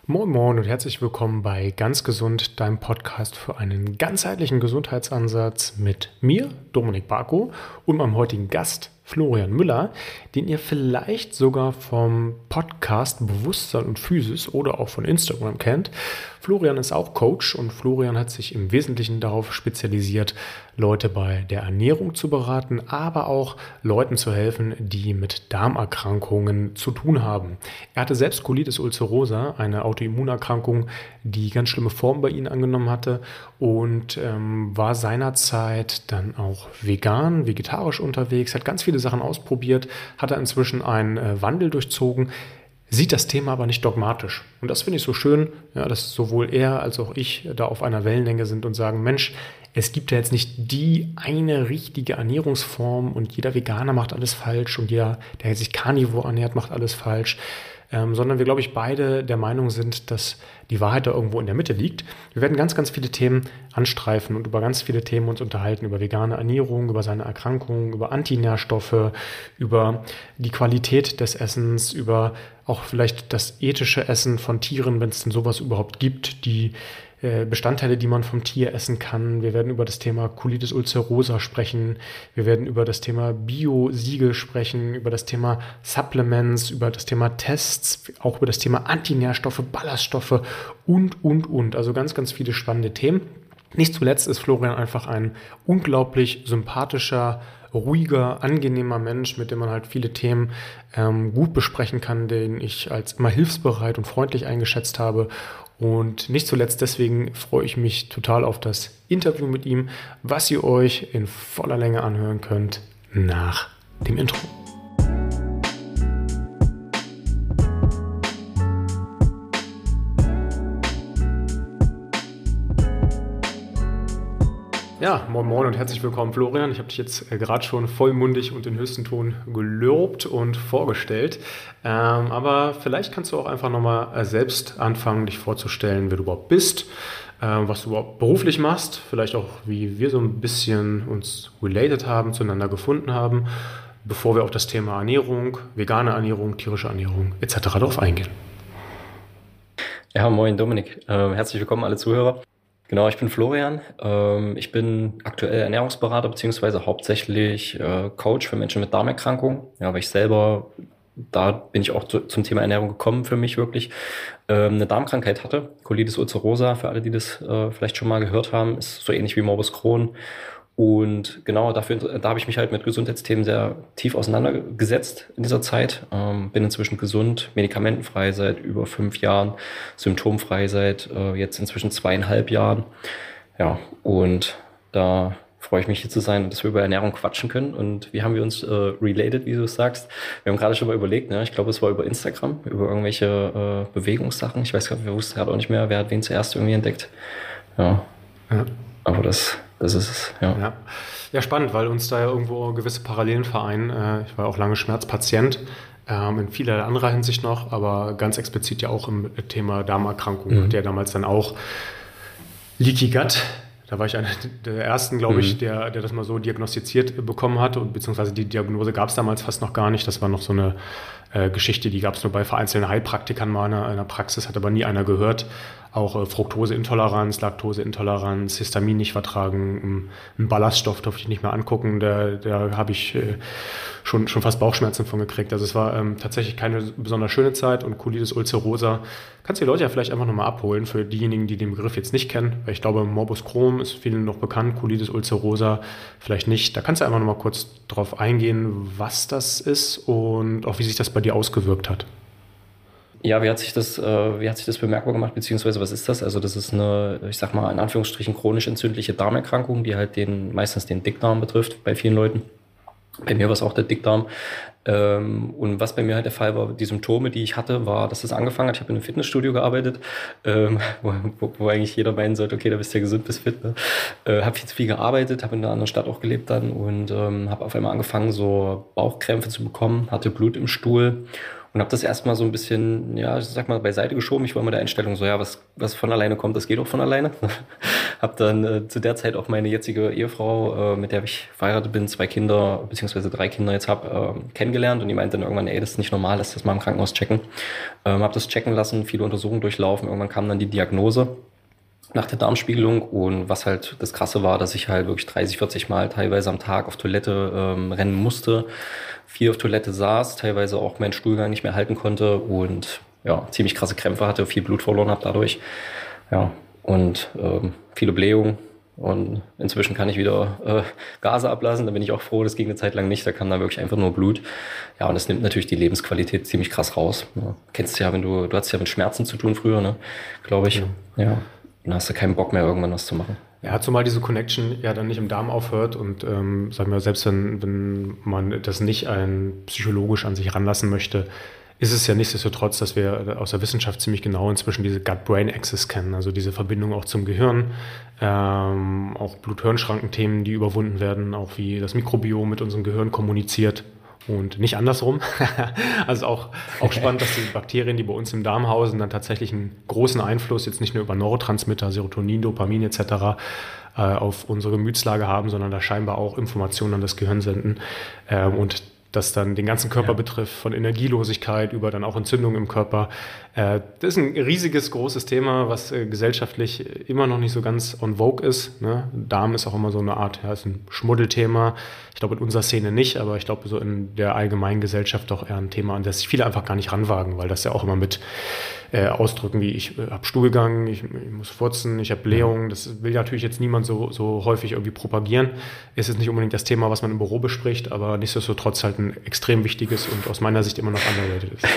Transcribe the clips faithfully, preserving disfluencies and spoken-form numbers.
Moin Moin und herzlich willkommen bei Ganz Gesund, deinem Podcast für einen ganzheitlichen Gesundheitsansatz mit mir, Dominik Barko, und meinem heutigen Gast, Florian Müller, den ihr vielleicht sogar vom Podcast Bewusstsein und Physis oder auch von Instagram kennt. Florian ist auch Coach und Florian hat sich im Wesentlichen darauf spezialisiert, Leute bei der Ernährung zu beraten, aber auch Leuten zu helfen, die mit Darmerkrankungen zu tun haben. Er hatte selbst Colitis ulcerosa, eine Autoimmunerkrankung, die ganz schlimme Formen bei ihm angenommen hatte und ähm, war seinerzeit dann auch vegan, vegetarisch unterwegs, hat ganz viele Sachen ausprobiert, hat er inzwischen einen äh, Wandel durchzogen, sieht das Thema aber nicht dogmatisch. Und das finde ich so schön, ja, dass sowohl er als auch ich da auf einer Wellenlänge sind und sagen, Mensch, es gibt ja jetzt nicht die eine richtige Ernährungsform und jeder Veganer macht alles falsch und jeder, der sich Carnivore ernährt, macht alles falsch. Ähm, sondern wir, glaube ich, beide der Meinung sind, dass die Wahrheit da irgendwo in der Mitte liegt. Wir werden ganz, ganz viele Themen anstreifen und über ganz viele Themen uns unterhalten, über vegane Ernährung, über seine Erkrankungen, über Antinährstoffe, über die Qualität des Essens, über auch vielleicht das ethische Essen von Tieren, wenn es denn sowas überhaupt gibt, die Bestandteile, die man vom Tier essen kann. Wir werden über das Thema Colitis ulcerosa sprechen. Wir werden über das Thema Bio-Siegel sprechen, über das Thema Supplements, über das Thema Tests, auch über das Thema Antinährstoffe, Ballaststoffe und, und, und. Also ganz, ganz viele spannende Themen. Nicht zuletzt ist Florian einfach ein unglaublich sympathischer, ruhiger, angenehmer Mensch, mit dem man halt viele Themen ähm, gut besprechen kann, den ich als immer hilfsbereit und freundlich eingeschätzt habe. Und nicht zuletzt deswegen freue ich mich total auf das Interview mit ihm, was ihr euch in voller Länge anhören könnt nach dem Intro. Ja, moin moin und herzlich willkommen, Florian. Ich habe dich jetzt äh, gerade schon vollmundig und in höchsten Ton gelobt und vorgestellt. Ähm, aber vielleicht kannst du auch einfach nochmal äh, selbst anfangen, dich vorzustellen, wer du überhaupt bist, äh, was du überhaupt beruflich machst, vielleicht auch, wie wir so ein bisschen uns related haben, zueinander gefunden haben, bevor wir auf das Thema Ernährung, vegane Ernährung, tierische Ernährung et cetera darauf eingehen. Ja, moin Dominik. Äh, herzlich willkommen alle Zuhörer. Genau, ich bin Florian. Ähm, ich bin aktuell Ernährungsberater beziehungsweise hauptsächlich äh, Coach für Menschen mit Darmerkrankungen. Ja, weil ich selber, da bin ich auch zu, zum Thema Ernährung gekommen für mich wirklich, ähm, eine Darmkrankheit hatte. Colitis ulcerosa, für alle, die das äh, vielleicht schon mal gehört haben, ist so ähnlich wie Morbus Crohn. Und genau dafür, da habe ich mich halt mit Gesundheitsthemen sehr tief auseinandergesetzt in dieser Zeit. Ähm, bin inzwischen gesund, medikamentenfrei seit über fünf Jahren, symptomfrei seit äh, jetzt inzwischen zweieinhalb Jahren. Ja, und da freue ich mich hier zu sein und dass wir über Ernährung quatschen können. Und wie haben wir uns äh, related, wie du es sagst? Wir haben gerade schon mal überlegt, ne? Ich glaube, es war über Instagram, über irgendwelche äh, Bewegungssachen. Ich weiß gerade, wir wussten gerade auch nicht mehr, wer hat wen zuerst irgendwie entdeckt. Ja, ja. Aber das... Das ist es, ja. ja. Ja, spannend, weil uns da ja irgendwo gewisse Parallelen vereinen. Ich war auch lange Schmerzpatient, in vielerlei anderer Hinsicht noch, aber ganz explizit ja auch im Thema Darmerkrankungen. Mhm. Der damals dann auch Leaky Gut. Da war ich einer der ersten, glaube ich, mhm. der, der das mal so diagnostiziert bekommen hatte. Und beziehungsweise die Diagnose gab es damals fast noch gar nicht. Das war noch so eine äh, Geschichte, die gab es nur bei vereinzelten Heilpraktikern mal in einer, in einer Praxis, hat aber nie einer gehört. Auch äh, Fructoseintoleranz, Laktoseintoleranz, Histamin nicht vertragen, einen Ballaststoff durfte ich nicht mehr angucken. Da, da habe ich äh, schon, schon fast Bauchschmerzen von gekriegt. Also es war ähm, tatsächlich keine besonders schöne Zeit. Und Colitis ulcerosa, kannst du die Leute ja vielleicht einfach nochmal abholen für diejenigen, die den Begriff jetzt nicht kennen. Weil ich glaube, Morbus Crohn ist vielen noch bekannt, Colitis ulcerosa vielleicht nicht. Da kannst du einfach nochmal kurz drauf eingehen, was das ist und auch wie sich das bei dir ausgewirkt hat. Ja, wie hat sich das, äh, wie hat sich das bemerkbar gemacht, beziehungsweise was ist das? Also das ist eine, ich sag mal in Anführungsstrichen chronisch entzündliche Darmerkrankung, die halt den meistens den Dickdarm betrifft bei vielen Leuten. Bei mir war es auch der Dickdarm. Ähm, und was bei mir halt der Fall war, die Symptome, die ich hatte, war, dass es angefangen hat. Ich habe in einem Fitnessstudio gearbeitet, ähm, wo, wo, wo eigentlich jeder meinen sollte, okay, da bist du ja gesund, bist fit. Ne? Äh, habe viel zu viel gearbeitet, habe in einer anderen Stadt auch gelebt dann und ähm, habe auf einmal angefangen, so Bauchkrämpfe zu bekommen, hatte Blut im Stuhl. Und habe das erstmal so ein bisschen, ja, ich sag mal, beiseite geschoben. Ich war mit der Einstellung so, ja, was, was von alleine kommt, das geht auch von alleine. habe dann äh, zu der Zeit auch meine jetzige Ehefrau, äh, mit der ich verheiratet bin, zwei Kinder, beziehungsweise drei Kinder jetzt habe, äh, kennengelernt. Und die meinte dann irgendwann, ey, das ist nicht normal, lass das mal im Krankenhaus checken. Ähm, habe das checken lassen, viele Untersuchungen durchlaufen. Irgendwann kam dann die Diagnose nach der Darmspiegelung. Und was halt das Krasse war, dass ich halt wirklich dreißig, vierzig Mal teilweise am Tag auf Toilette ähm, rennen musste, viel auf Toilette saß, teilweise auch meinen Stuhlgang nicht mehr halten konnte und ja, ziemlich krasse Krämpfe hatte, viel Blut verloren habe dadurch. Ja, und ähm, viele Blähungen. Und inzwischen kann ich wieder äh, Gase ablassen. Da bin ich auch froh, das ging eine Zeit lang nicht. Da kam dann wirklich einfach nur Blut. Ja, und das nimmt natürlich die Lebensqualität ziemlich krass raus. Ja, kennst du ja, wenn du, du hattest ja mit Schmerzen zu tun früher, ne? Glaube ich. Ja. ja. Dann hast du keinen Bock mehr, irgendwann was zu machen. Ja, zumal diese Connection ja dann nicht im Darm aufhört und ähm, sagen wir, selbst wenn, wenn man das nicht ein psychologisch an sich ranlassen möchte, ist es ja nichtsdestotrotz, dass wir aus der Wissenschaft ziemlich genau inzwischen diese Gut-Brain-Axis kennen, also diese Verbindung auch zum Gehirn, ähm, auch Blut-Hirn-Schranken-Themen, die überwunden werden, auch wie das Mikrobiom mit unserem Gehirn kommuniziert und nicht andersrum. Also auch, auch spannend, dass diese Bakterien, die bei uns im Darm hausen, dann tatsächlich einen großen Einfluss, jetzt nicht nur über Neurotransmitter, Serotonin, Dopamin et cetera, äh, auf unsere Gemütslage haben, sondern da scheinbar auch Informationen an das Gehirn senden. Ähm, und das dann den ganzen Körper ja. betrifft, von Energielosigkeit über dann auch Entzündungen im Körper. Äh, das ist ein riesiges, großes Thema, was äh, gesellschaftlich immer noch nicht so ganz on vogue ist. Ne? Darm ist auch immer so eine Art, ja, ist ein Schmuddelthema. Ich glaube in unserer Szene nicht, aber ich glaube so in der allgemeinen Gesellschaft doch eher ein Thema, an das sich viele einfach gar nicht ranwagen, weil das ja auch immer mit äh, Ausdrücken wie ich äh, habe Stuhlgang, ich, ich muss furzen, ich habe Blähungen, das will natürlich jetzt niemand so, so häufig irgendwie propagieren. Es ist nicht unbedingt das Thema, was man im Büro bespricht, aber nichtsdestotrotz halt ein extrem wichtiges und aus meiner Sicht immer noch underrated ist.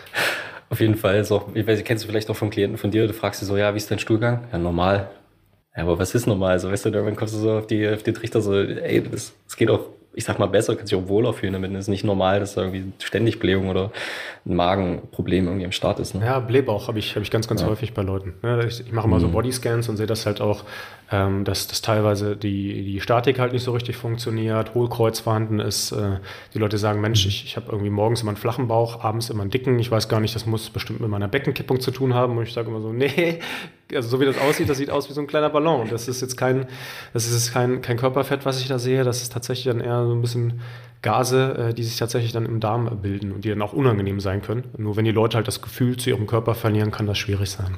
Auf jeden Fall ist auch, ich weiß, kennst du vielleicht auch von Klienten von dir, du fragst sie so, ja, wie ist dein Stuhlgang? Ja, normal. Ja, aber was ist normal? Also, weißt du, irgendwann kommst du so auf die, auf die Trichter so, ey, das, das geht auch, ich sag mal, besser, kannst dich auch wohler fühlen damit. Es ist nicht normal, dass da irgendwie ständig Blähung oder ein Magenproblem irgendwie am Start ist. Ne? Ja, Blähbauch habe ich, hab ich ganz, ganz ja. häufig bei Leuten. Ich, ich mache immer mhm. so Bodyscans und sehe das halt auch, ähm, dass, dass teilweise die, die Statik halt nicht so richtig funktioniert, Hohlkreuz vorhanden ist. Äh, die Leute sagen, Mensch, ich, ich habe irgendwie morgens immer einen flachen Bauch, abends immer einen dicken. Ich weiß gar nicht, das muss bestimmt mit meiner Beckenkippung zu tun haben. Und ich sage immer so, nee, also so wie das aussieht, das sieht aus wie so ein kleiner Ballon. Und das ist jetzt kein, das ist jetzt kein, kein Körperfett, was ich da sehe. Das ist tatsächlich dann eher so ein bisschen Gase, äh, die sich tatsächlich dann im Darm bilden und die dann auch unangenehm sein können. Nur wenn die Leute halt das Gefühl zu ihrem Körper verlieren, kann das schwierig sein.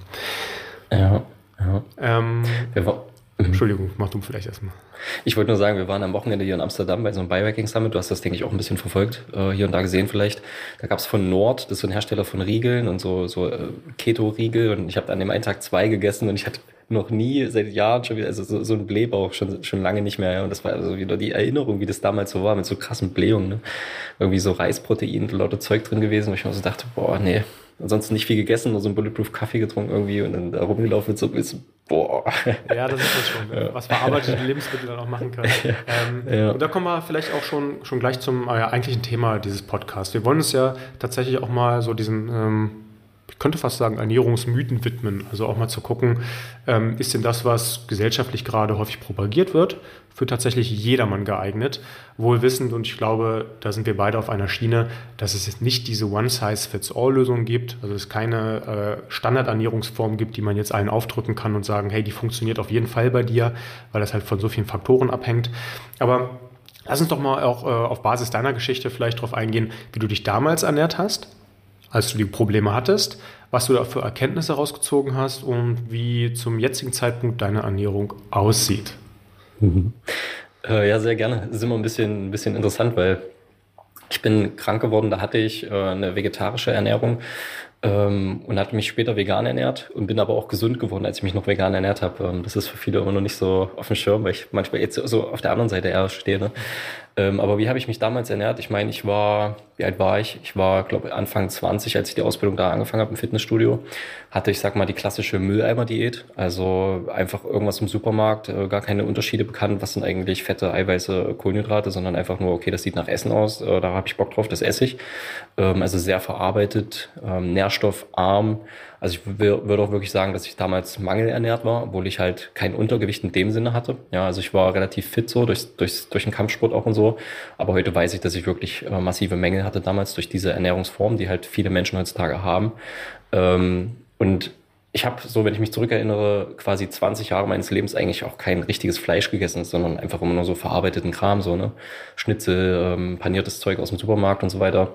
Ja, ja. Ähm, ja war, Entschuldigung, mach du vielleicht erstmal. Ich wollte nur sagen, wir waren am Wochenende hier in Amsterdam bei so einem Biohacking Summit. Du hast das, denke ich, auch ein bisschen verfolgt, äh, hier und da gesehen vielleicht. Da gab es von Nord, das ist so ein Hersteller von Riegeln und so, so äh, Keto-Riegel. Und ich habe an dem einen Tag zwei gegessen und ich hatte noch nie seit Jahren schon wieder, also so, so ein Blähbauch, schon, schon lange nicht mehr. Ja. Und das war also wieder die Erinnerung, wie das damals so war, mit so krassen Blähungen. Ne? Irgendwie so Reisprotein, lauter Zeug drin gewesen, wo ich mir so dachte, boah, nee. Ansonsten nicht viel gegessen, nur so einen Bulletproof-Kaffee getrunken irgendwie und dann da rumgelaufen mit so ein bisschen, boah. Ja, das ist das schon, ja. Was verarbeitete Lebensmittel dann auch machen können. Ja. Ähm, ja. Und da kommen wir vielleicht auch schon, schon gleich zum äh, eigentlichen Thema dieses Podcasts. Wir wollen uns ja tatsächlich auch mal so diesen, ähm, ich könnte fast sagen, Ernährungsmythen widmen. Also auch mal zu gucken, ähm, ist denn das, was gesellschaftlich gerade häufig propagiert wird, für tatsächlich jedermann geeignet, wohl wissend, und ich glaube, da sind wir beide auf einer Schiene, dass es jetzt nicht diese One-Size-Fits-All-Lösung gibt, also es keine äh, Standardernährungsform gibt, die man jetzt allen aufdrücken kann und sagen, hey, die funktioniert auf jeden Fall bei dir, weil das halt von so vielen Faktoren abhängt. Aber lass uns doch mal auch äh, auf Basis deiner Geschichte vielleicht darauf eingehen, wie du dich damals ernährt hast, als du die Probleme hattest, was du da für Erkenntnisse rausgezogen hast und wie zum jetzigen Zeitpunkt deine Ernährung aussieht. Mhm. Äh, ja, sehr gerne. Das ist immer ein bisschen, ein bisschen interessant, weil ich bin krank geworden, da hatte ich äh, eine vegetarische Ernährung ähm, und hatte mich später vegan ernährt und bin aber auch gesund geworden, als ich mich noch vegan ernährt habe. Ähm, das ist für viele immer noch nicht so auf dem Schirm, weil ich manchmal jetzt so auf der anderen Seite eher stehe. Ne? Ähm, aber wie habe ich mich damals ernährt? Ich meine, ich war, wie alt war ich? Ich war, glaube ich, Anfang zwanzig, als ich die Ausbildung da angefangen habe im Fitnessstudio. Hatte, ich sag mal, die klassische Mülleimer-Diät. Also einfach irgendwas im Supermarkt, äh, gar keine Unterschiede bekannt. Was sind eigentlich Fette, Eiweiße, Kohlenhydrate, sondern einfach nur, okay, das sieht nach Essen aus, äh, da habe ich Bock drauf, das esse ich. Ähm, also sehr verarbeitet, ähm, nährstoffarm. Also ich w- würde auch wirklich sagen, dass ich damals mangelernährt war, obwohl ich halt kein Untergewicht in dem Sinne hatte. Ja, also ich war relativ fit so, durch, durch, durch den Kampfsport auch und so. Aber heute weiß ich, dass ich wirklich äh, massive Mängel hatte damals durch diese Ernährungsform, die halt viele Menschen heutzutage haben. Ähm, und ich habe so, wenn ich mich zurückerinnere, quasi zwanzig Jahre meines Lebens eigentlich auch kein richtiges Fleisch gegessen, sondern einfach immer nur so verarbeiteten Kram, so, ne? Schnitzel, ähm, paniertes Zeug aus dem Supermarkt und so weiter.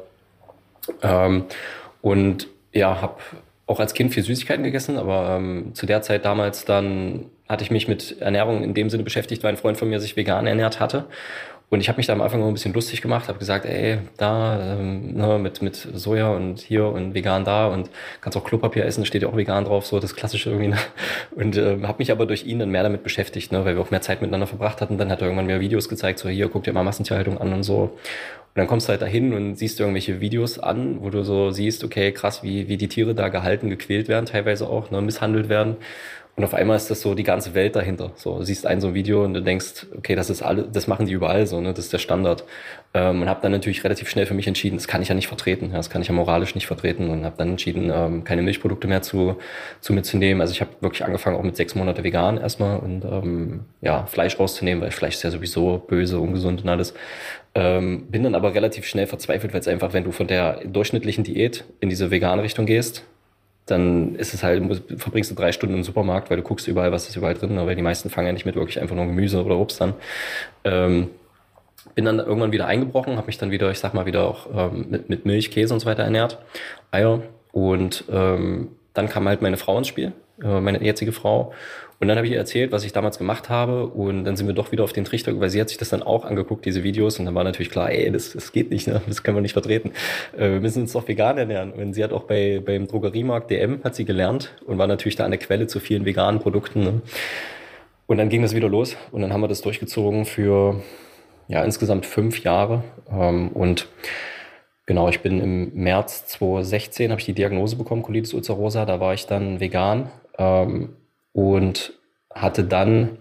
Ähm, und ja, habe auch als Kind viel Süßigkeiten gegessen, aber ähm, zu der Zeit damals dann hatte ich mich mit Ernährung in dem Sinne beschäftigt, weil ein Freund von mir sich vegan ernährt hatte. Und ich habe mich da am Anfang noch ein bisschen lustig gemacht, habe gesagt, ey, da ähm, ne, mit mit Soja und hier und vegan da und kannst auch Klopapier essen, steht ja auch vegan drauf, so das Klassische irgendwie. Ne? Und ähm, habe mich aber durch ihn dann mehr damit beschäftigt, ne, weil wir auch mehr Zeit miteinander verbracht hatten. Dann hat er irgendwann mir Videos gezeigt, so hier, guck dir mal Massentierhaltung an und so. Und dann kommst du halt dahin und siehst irgendwelche Videos an, wo du so siehst, okay, krass, wie wie die Tiere da gehalten, gequält werden, teilweise auch, ne, misshandelt werden. Und auf einmal ist das so die ganze Welt dahinter. So, du siehst ein so ein Video und du denkst, okay, das ist alle, das machen die überall so, ne, das ist der Standard. Ähm, und habe dann natürlich relativ schnell für mich entschieden, das kann ich ja nicht vertreten, ja, das kann ich ja moralisch nicht vertreten und habe dann entschieden, ähm, keine Milchprodukte mehr zu zu mitzunehmen. Also ich habe wirklich angefangen auch mit sechs Monate vegan erstmal und ähm, ja Fleisch rauszunehmen, weil Fleisch ist ja sowieso böse, ungesund und alles. Ähm, bin dann aber relativ schnell verzweifelt, weil es einfach, wenn du von der durchschnittlichen Diät in diese vegane Richtung gehst, dann ist es halt, verbringst du drei Stunden im Supermarkt, weil du guckst überall, was ist überall drin, aber die meisten fangen ja nicht mit wirklich einfach nur Gemüse oder Obst an. Ähm, bin dann irgendwann wieder eingebrochen, habe mich dann wieder, ich sag mal, wieder auch ähm, mit, mit Milch, Käse und so weiter ernährt, Eier. Und ähm, dann kam halt meine Frau ins Spiel, äh, meine jetzige Frau. Und dann habe ich ihr erzählt, was ich damals gemacht habe. Und dann sind wir doch wieder auf den Trichter, weil sie hat sich das dann auch angeguckt, diese Videos. Und dann war natürlich klar, ey, das, das geht nicht, ne? Das können wir nicht vertreten. Äh, wir müssen uns doch vegan ernähren. Und sie hat auch bei beim Drogeriemarkt D M hat sie gelernt und war natürlich da an der Quelle zu vielen veganen Produkten. Ne? Und dann ging das wieder los. Und dann haben wir das durchgezogen für ja insgesamt fünf Jahre. Ähm, und genau, ich bin im März zwanzig sechzehn, habe ich die Diagnose bekommen, Colitis ulcerosa. Da war ich dann vegan. Ähm, Und hatte dann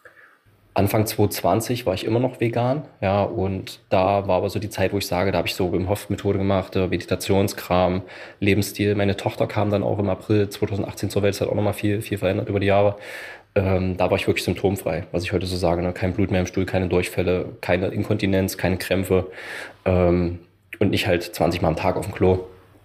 Anfang zwanzig zwanzig war ich immer noch vegan, ja, und da war aber so die Zeit, wo ich sage, da habe ich so Wim Hof Methode gemacht, äh, Meditationskram, Lebensstil. Meine Tochter kam dann auch im April zwanzig achtzehn zur Welt, das hat auch nochmal viel, viel verändert über die Jahre. Ähm, da war ich wirklich symptomfrei, was ich heute so sage, ne? Kein Blut mehr im Stuhl, keine Durchfälle, keine Inkontinenz, keine Krämpfe, ähm, und nicht halt zwanzig Mal am Tag auf dem Klo.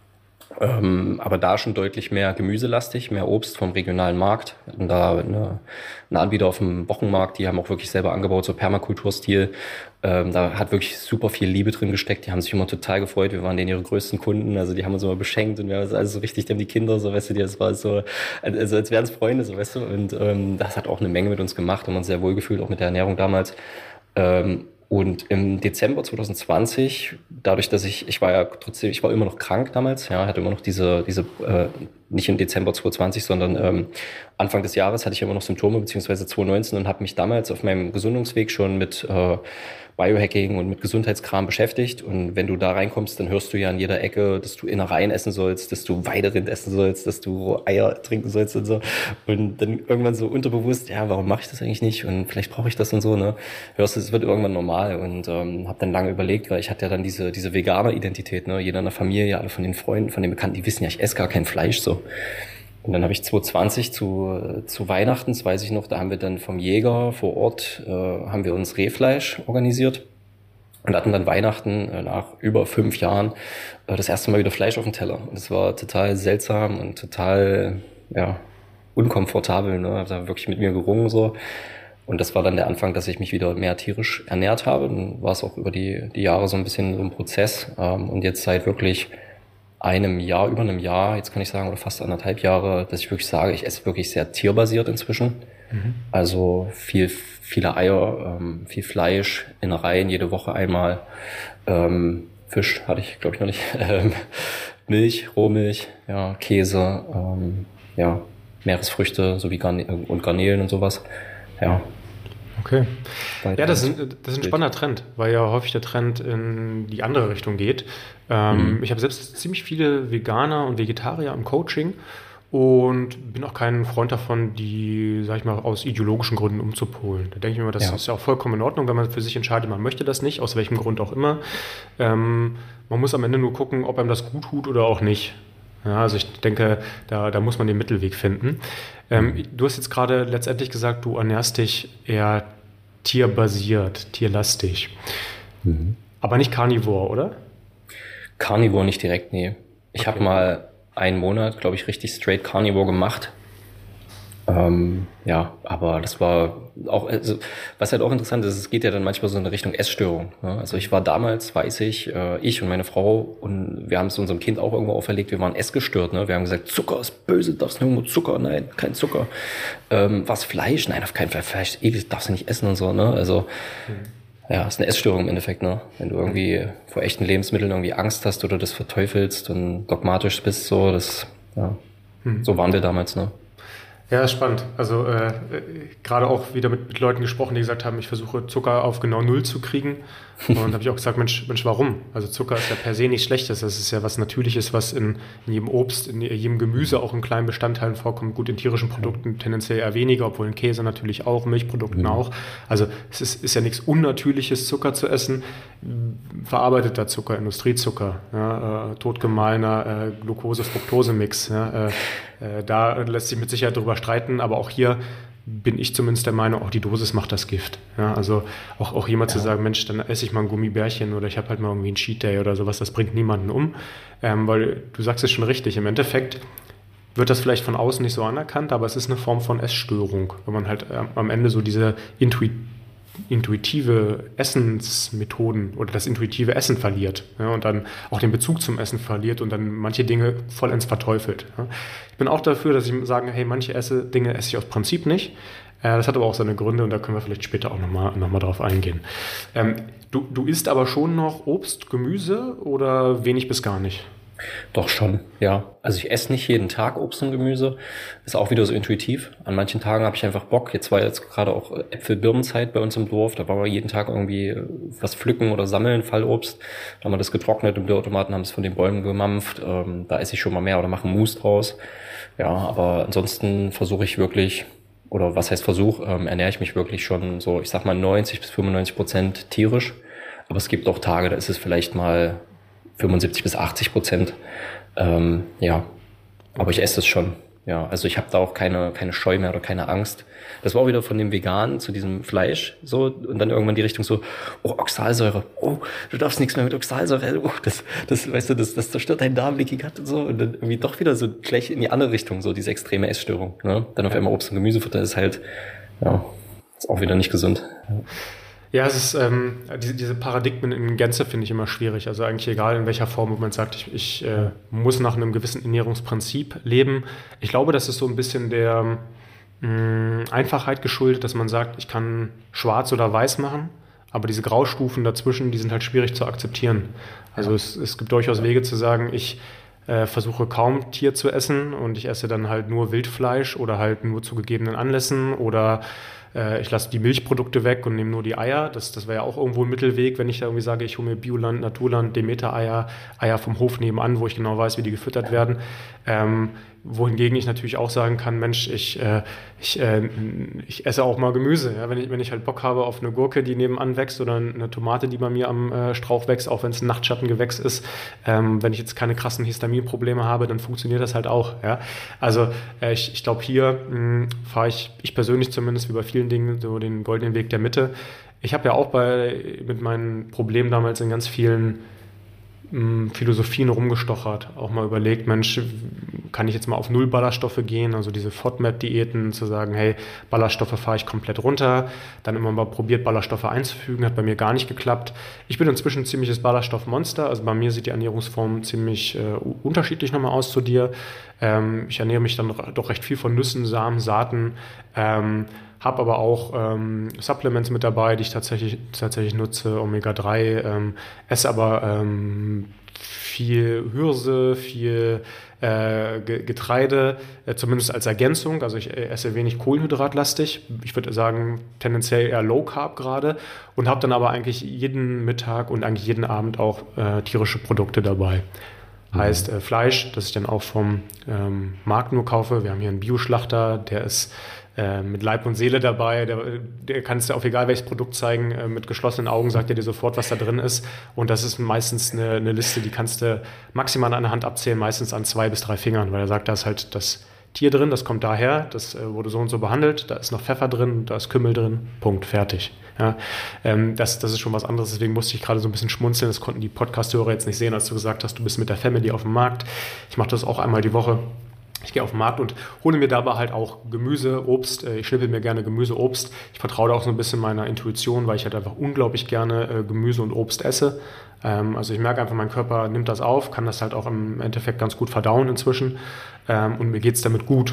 Ähm, aber da schon deutlich mehr gemüselastig, mehr Obst vom regionalen Markt. Wir hatten da eine, eine Anbieter auf dem Wochenmarkt, die haben auch wirklich selber angebaut, so Permakulturstil. Ähm, da hat wirklich super viel Liebe drin gesteckt. Die haben sich immer total gefreut. Wir waren denen ihre größten Kunden. Also die haben uns immer beschenkt und wir haben das alles so richtig, die haben die Kinder, so weißt du, das war so, also als wären es Freunde, so weißt du. Und ähm, das hat auch eine Menge mit uns gemacht, haben uns sehr wohl gefühlt, auch mit der Ernährung damals. Ähm, Und im Dezember zwanzig zwanzig, dadurch, dass ich, ich war ja trotzdem, ich war immer noch krank damals, ja, hatte immer noch diese, diese, äh, nicht im Dezember zwanzig zwanzig, sondern ähm, Anfang des Jahres hatte ich immer noch Symptome, beziehungsweise zwanzig neunzehn und habe mich damals auf meinem Gesundungsweg schon mit äh, Biohacking und mit Gesundheitskram beschäftigt. Und wenn du da reinkommst, dann hörst du ja an jeder Ecke, dass du Innereien essen sollst, dass du Weiderind essen sollst, dass du Eier trinken sollst und so. Und dann irgendwann so unterbewusst, ja, warum mache ich das eigentlich nicht? Und vielleicht brauche ich das und so, ne? Hörst du, es wird irgendwann normal. Und ähm, habe dann lange überlegt, weil ich hatte ja dann diese diese vegane Identität, ne? Jeder in der Familie, alle von den Freunden, von den Bekannten, die wissen ja, ich esse gar kein Fleisch so. Und dann habe ich zwanzig zwanzig zu, zu Weihnachten, das weiß ich noch, da haben wir dann vom Jäger vor Ort, äh, haben wir uns Rehfleisch organisiert und hatten dann Weihnachten äh, nach über fünf Jahren äh, das erste Mal wieder Fleisch auf dem Teller. Und das war total seltsam und total, ja, unkomfortabel, ne? Hab da wirklich mit mir gerungen so. Und das war dann der Anfang, dass ich mich wieder mehr tierisch ernährt habe. Dann war es auch über die, die Jahre so ein bisschen so ein Prozess. Ähm, und jetzt seit wirklich einem Jahr, über einem Jahr, jetzt kann ich sagen, oder fast anderthalb Jahre, dass ich wirklich sage, ich esse wirklich sehr tierbasiert inzwischen. Mhm. Also viel, viele Eier, ähm, viel Fleisch, Innereien, jede Woche einmal. Ähm, Fisch hatte ich, glaube ich, noch nicht. Ähm, Milch, Rohmilch, ja, Käse, ähm, ja, Meeresfrüchte sowie Garne- und Garnelen und sowas. Ja. Okay. Ja, das ist, ein, das ist ein spannender Trend, weil ja häufig der Trend in die andere Richtung geht. Ähm, mhm. Ich habe selbst ziemlich viele Veganer und Vegetarier im Coaching und bin auch kein Freund davon, die, sag ich mal, aus ideologischen Gründen umzupolen. Da denke ich mir immer, das ja. ist ja auch vollkommen in Ordnung, wenn man für sich entscheidet, man möchte das nicht, aus welchem Grund auch immer. Ähm, man muss am Ende nur gucken, ob einem das gut tut oder auch nicht. Ja, also ich denke, da, da muss man den Mittelweg finden. Ähm, du hast jetzt gerade letztendlich gesagt, du ernährst dich eher tierbasiert, tierlastig. Mhm. Aber nicht Carnivore, oder? Carnivore nicht direkt, nee. Ich okay. habe mal einen Monat, glaube ich, richtig straight Carnivore gemacht. Ähm, ja, aber das war auch, also, was halt auch interessant ist, es geht ja dann manchmal so in Richtung Essstörung. Ne? Also ich war damals, weiß ich, äh, ich und meine Frau, und wir haben es unserem Kind auch irgendwo auferlegt, wir waren essgestört. Ne? Wir haben gesagt, Zucker ist böse, darfst nirgendwo Zucker, nein, kein Zucker. Ähm, was, Fleisch? Nein, auf keinen Fall Fleisch, ist eklig, darfst du nicht essen und so. Ne? Also mhm. ja, ist eine Essstörung im Endeffekt. Ne? Wenn du irgendwie vor echten Lebensmitteln irgendwie Angst hast oder das verteufelst und dogmatisch bist, so, das, ja, mhm. so waren wir damals. Ne? Ja, ist spannend. Also äh, gerade auch wieder mit, mit Leuten gesprochen, die gesagt haben, ich versuche Zucker auf genau Null zu kriegen. Und habe ich auch gesagt, Mensch, Mensch, warum? Also Zucker ist ja per se nichts Schlechtes. Das ist ja was Natürliches, was in, in jedem Obst, in jedem Gemüse auch in kleinen Bestandteilen vorkommt. Gut, in tierischen Produkten tendenziell eher weniger, obwohl in Käse natürlich auch, Milchprodukten mhm. auch. Also es ist, ist ja nichts Unnatürliches, Zucker zu essen. Verarbeiteter Zucker, Industriezucker, ja, äh, totgemahlener äh, Glucose-Fructose-Mix. Ja, äh, äh, da lässt sich mit Sicherheit darüber streiten, aber auch hier bin ich zumindest der Meinung, auch die Dosis macht das Gift. Ja, also auch, auch jemand ja. zu sagen, Mensch, dann esse ich mal ein Gummibärchen oder ich habe halt mal irgendwie einen Cheat Day oder sowas, das bringt niemanden um. Ähm, weil du sagst es schon richtig, im Endeffekt wird das vielleicht von außen nicht so anerkannt, aber es ist eine Form von Essstörung, wenn man halt ähm, am Ende so diese Intuit intuitive Essensmethoden oder das intuitive Essen verliert, ja, und dann auch den Bezug zum Essen verliert und dann manche Dinge vollends verteufelt. Ja. Ich bin auch dafür, dass ich sage, hey, manche esse, Dinge esse ich aus Prinzip nicht. Äh, das hat aber auch seine Gründe und da können wir vielleicht später auch nochmal noch mal drauf eingehen. Ähm, du, du isst aber schon noch Obst, Gemüse oder wenig bis gar nicht? Doch schon, ja. Also ich esse nicht jeden Tag Obst und Gemüse. Ist auch wieder so intuitiv. An manchen Tagen habe ich einfach Bock. Jetzt war jetzt gerade auch Äpfel-Birnenzeit bei uns im Dorf. Da waren wir jeden Tag irgendwie was pflücken oder sammeln, Fallobst. Da haben wir das getrocknet im Bioautomaten, haben es von den Bäumen gemampft. Ähm, da esse ich schon mal mehr oder mache einen Mousse draus. Ja, aber ansonsten versuche ich wirklich, oder was heißt Versuch, ähm, ernähre ich mich wirklich schon so, ich sag mal neunzig bis fünfundneunzig Prozent tierisch. Aber es gibt auch Tage, da ist es vielleicht mal fünfundsiebzig bis achtzig Prozent. Ähm, ja, aber ich esse es schon. Ja, also ich habe da auch keine keine Scheu mehr oder keine Angst. Das war auch wieder von dem Veganen zu diesem Fleisch so und dann irgendwann die Richtung so, oh, Oxalsäure, oh, du darfst nichts mehr mit Oxalsäure, oh, das, das, weißt du, das, das zerstört deinen Darm, Leaky Gut und so und dann irgendwie doch wieder so gleich in die andere Richtung, so diese extreme Essstörung. Ne? Dann auf einmal Obst und Gemüsefutter ist halt, ja, ist auch wieder nicht gesund. Ja. Ja, es ist, ähm, diese, diese Paradigmen in Gänze finde ich immer schwierig. Also eigentlich egal, in welcher Form, wo man sagt, ich, ich äh, muss nach einem gewissen Ernährungsprinzip leben. Ich glaube, das ist so ein bisschen der mh, Einfachheit geschuldet, dass man sagt, ich kann schwarz oder weiß machen, aber diese Graustufen dazwischen, die sind halt schwierig zu akzeptieren. Also ja. es, es gibt durchaus Wege zu sagen, ich äh, versuche kaum Tier zu essen und ich esse dann halt nur Wildfleisch oder halt nur zu gegebenen Anlässen oder ich lasse die Milchprodukte weg und nehme nur die Eier. Das, das wäre ja auch irgendwo ein Mittelweg, wenn ich da irgendwie sage, ich hole mir Bioland, Naturland, Demeter-Eier, Eier vom Hof nebenan, wo ich genau weiß, wie die gefüttert werden. Ähm, wohingegen ich natürlich auch sagen kann, Mensch, ich, äh, ich, äh, ich esse auch mal Gemüse. Ja? Wenn ich, wenn ich halt Bock habe auf eine Gurke, die nebenan wächst oder eine Tomate, die bei mir am äh, Strauch wächst, auch wenn es ein Nachtschattengewächs ist. Ähm, wenn ich jetzt keine krassen Histaminprobleme habe, dann funktioniert das halt auch. Ja? Also äh, ich, ich glaube, hier fahre ich, ich persönlich zumindest wie bei vielen Dingen, so den goldenen Weg der Mitte. Ich habe ja auch bei, mit meinen Problemen damals in ganz vielen Philosophien rumgestochert, auch mal überlegt, Mensch, kann ich jetzt mal auf null Ballaststoffe gehen, also diese FODMAP-Diäten, zu sagen, hey, Ballaststoffe fahre ich komplett runter, dann immer mal probiert, Ballaststoffe einzufügen, hat bei mir gar nicht geklappt. Ich bin inzwischen ein ziemliches Ballaststoffmonster, also bei mir sieht die Ernährungsform ziemlich äh, unterschiedlich nochmal aus zu dir. Ähm, ich ernähre mich dann doch recht viel von Nüssen, Samen, Saaten, ähm, habe aber auch ähm, Supplements mit dabei, die ich tatsächlich, tatsächlich nutze, Omega drei, ähm, esse aber ähm, viel Hirse, viel äh, Getreide, äh, zumindest als Ergänzung. Also ich esse wenig kohlenhydratlastig. Ich würde sagen, tendenziell eher Low Carb gerade und habe dann aber eigentlich jeden Mittag und eigentlich jeden Abend auch äh, tierische Produkte dabei. Mhm. Heißt äh, Fleisch, das ich dann auch vom ähm, Markt nur kaufe. Wir haben hier einen Bioschlachter, der ist mit Leib und Seele dabei, der, der kannst du auf egal welches Produkt zeigen, mit geschlossenen Augen sagt er dir sofort, was da drin ist und das ist meistens eine, eine Liste, die kannst du maximal an der Hand abzählen, meistens an zwei bis drei Fingern, weil er sagt, da ist halt das Tier drin, das kommt daher, das äh, wurde so und so behandelt, da ist noch Pfeffer drin, da ist Kümmel drin, Punkt, fertig. Ja, ähm, das, das ist schon was anderes, deswegen musste ich gerade so ein bisschen schmunzeln, das konnten die Podcast-Hörer jetzt nicht sehen, als du gesagt hast, du bist mit der Family auf dem Markt. Ich mache das auch einmal die Woche. Ich gehe auf den Markt und hole mir dabei halt auch Gemüse, Obst. Ich schnippel mir gerne Gemüse, Obst. Ich vertraue da auch so ein bisschen meiner Intuition, weil ich halt einfach unglaublich gerne Gemüse und Obst esse. Also ich merke einfach, mein Körper nimmt das auf, kann das halt auch im Endeffekt ganz gut verdauen inzwischen. Und mir geht es damit gut.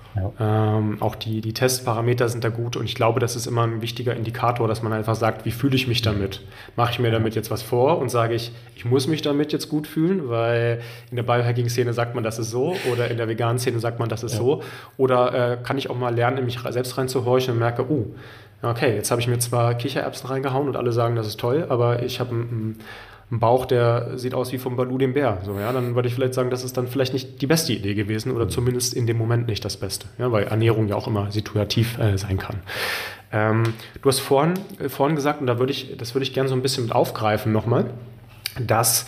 Ja. Ähm, auch die, die Testparameter sind da gut und ich glaube, das ist immer ein wichtiger Indikator, dass man einfach sagt, wie fühle ich mich damit? Mache ich mir damit jetzt was vor und sage ich, ich muss mich damit jetzt gut fühlen, weil in der Biohacking-Szene sagt man, das ist so oder in der veganen Szene sagt man, das ist ja. so oder äh, kann ich auch mal lernen, in mich selbst reinzuhorchen und merke, oh, okay, jetzt habe ich mir zwar Kichererbsen reingehauen und alle sagen, das ist toll, aber ich habe ein, ein Bauch, der sieht aus wie vom Baloo dem Bär. So, ja, dann würde ich vielleicht sagen, das ist dann vielleicht nicht die beste Idee gewesen oder zumindest in dem Moment nicht das Beste, ja, weil Ernährung ja auch immer situativ äh, sein kann. Ähm, du hast vorhin, äh, vorhin gesagt, und da würde ich, das würde ich gerne so ein bisschen mit aufgreifen nochmal, dass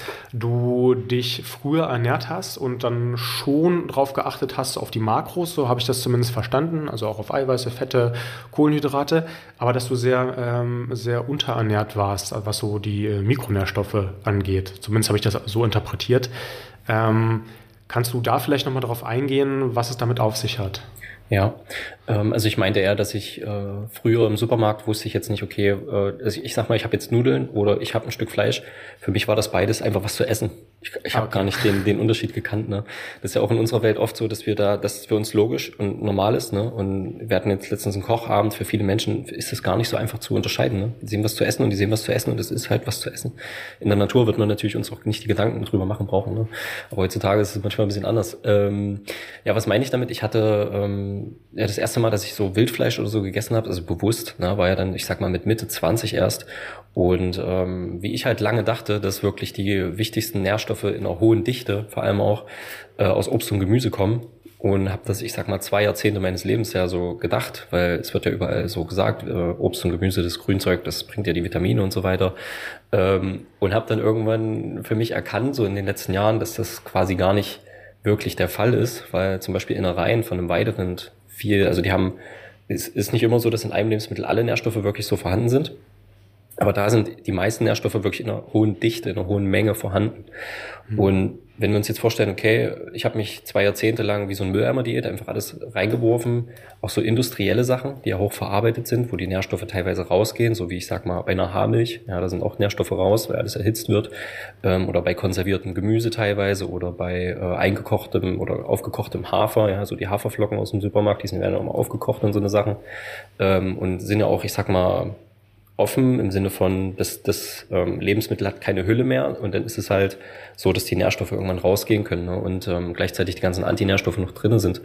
du dich früher ernährt hast und dann schon darauf geachtet hast, auf die Makros, so habe ich das zumindest verstanden, also auch auf Eiweiße, Fette, Kohlenhydrate, aber dass du sehr, ähm, sehr unterernährt warst, was so die äh, Mikronährstoffe angeht. Zumindest habe ich das so interpretiert. Ähm, kannst du da vielleicht nochmal darauf eingehen, was es damit auf sich hat? Ja, ähm, also ich meinte eher, dass ich äh, früher im Supermarkt wusste ich jetzt nicht, okay, äh, also ich sag mal, ich habe jetzt Nudeln oder ich habe ein Stück Fleisch. Für mich war das beides einfach was zu essen. Ich, ich habe okay. gar nicht den, den Unterschied gekannt. Ne? Das ist ja auch in unserer Welt oft so, dass wir da, dass es für uns logisch und normal ist. Ne? Und wir hatten jetzt letztens einen Kochabend. Für viele Menschen ist es gar nicht so einfach zu unterscheiden. Ne? Die sehen was zu essen und die sehen was zu essen und es ist halt was zu essen. In der Natur wird man natürlich uns auch nicht die Gedanken drüber machen brauchen. Ne? Aber heutzutage ist es manchmal ein bisschen anders. Ähm, ja, was meine ich damit? Ich hatte ähm, ja das erste Mal, dass ich so Wildfleisch oder so gegessen habe, also bewusst, ne, war ja dann, ich sag mal, mit Mitte zwanzig erst. Und ähm, wie ich halt lange dachte, dass wirklich die wichtigsten Nährstoffe in einer hohen Dichte, vor allem auch äh, aus Obst und Gemüse kommen. Und habe das, ich sag mal, zwei Jahrzehnte meines Lebens ja so gedacht, weil es wird ja überall so gesagt, äh, Obst und Gemüse, das Grünzeug, das bringt ja die Vitamine und so weiter. Ähm, und habe dann irgendwann für mich erkannt, so in den letzten Jahren, dass das quasi gar nicht wirklich der Fall ist, weil zum Beispiel Innereien von einem Weiderind viel, also die haben, es ist nicht immer so, dass in einem Lebensmittel alle Nährstoffe wirklich so vorhanden sind, aber da sind die meisten Nährstoffe wirklich in einer hohen Dichte, in einer hohen Menge vorhanden. Mhm. Und wenn wir uns jetzt vorstellen, okay, ich habe mich zwei Jahrzehnte lang wie so ein Mülleimer-Diät einfach alles reingeworfen, auch so industrielle Sachen, die ja hoch verarbeitet sind, wo die Nährstoffe teilweise rausgehen, so wie ich sag mal bei einer Haarmilch, ja, da sind auch Nährstoffe raus, weil alles erhitzt wird, ähm, oder bei konserviertem Gemüse teilweise oder bei äh, eingekochtem oder aufgekochtem Hafer, ja, so die Haferflocken aus dem Supermarkt, die sind werden auch mal aufgekocht und so eine Sachen, ähm, und sind ja auch, ich sag mal, offen im Sinne von, das, das ähm, Lebensmittel hat keine Hülle mehr und dann ist es halt so, dass die Nährstoffe irgendwann rausgehen können, ne? Und ähm, gleichzeitig die ganzen Antinährstoffe noch drin sind.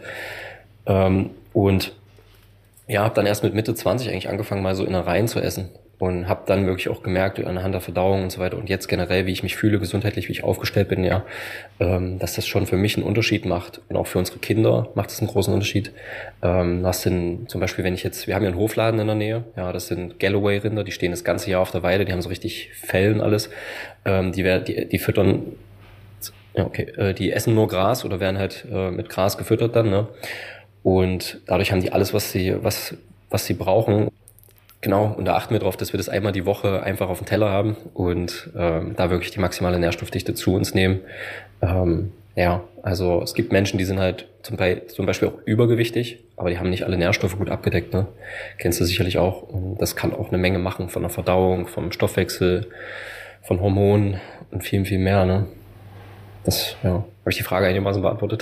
Ähm, und ja, habe dann erst mit Mitte zwanzig eigentlich angefangen, mal so Innereien zu essen und habe dann wirklich auch gemerkt, anhand der Verdauung und so weiter und jetzt generell, wie ich mich fühle, gesundheitlich, wie ich aufgestellt bin, ja, ähm, dass das schon für mich einen Unterschied macht und auch für unsere Kinder macht es einen großen Unterschied. Ähm, das sind zum Beispiel, wenn ich jetzt, wir haben ja einen Hofladen in der Nähe, ja, das sind Galloway-Rinder, die stehen das ganze Jahr auf der Weide, die haben so richtig Fell und alles, ähm, die, die, die füttern, ja, okay, äh, die essen nur Gras oder werden halt äh, mit Gras gefüttert dann, ne? Und dadurch haben die alles, was sie, was, was sie brauchen. Genau, und da achten wir darauf, dass wir das einmal die Woche einfach auf dem Teller haben und ähm, da wirklich die maximale Nährstoffdichte zu uns nehmen. Ähm, ja, also es gibt Menschen, die sind halt zum, Be- zum Beispiel auch übergewichtig, aber die haben nicht alle Nährstoffe gut abgedeckt, ne? Kennst du sicherlich auch. Und das kann auch eine Menge machen von der Verdauung, vom Stoffwechsel, von Hormonen und viel, viel mehr, ne? Das, ja, habe ich die Frage einigermaßen beantwortet.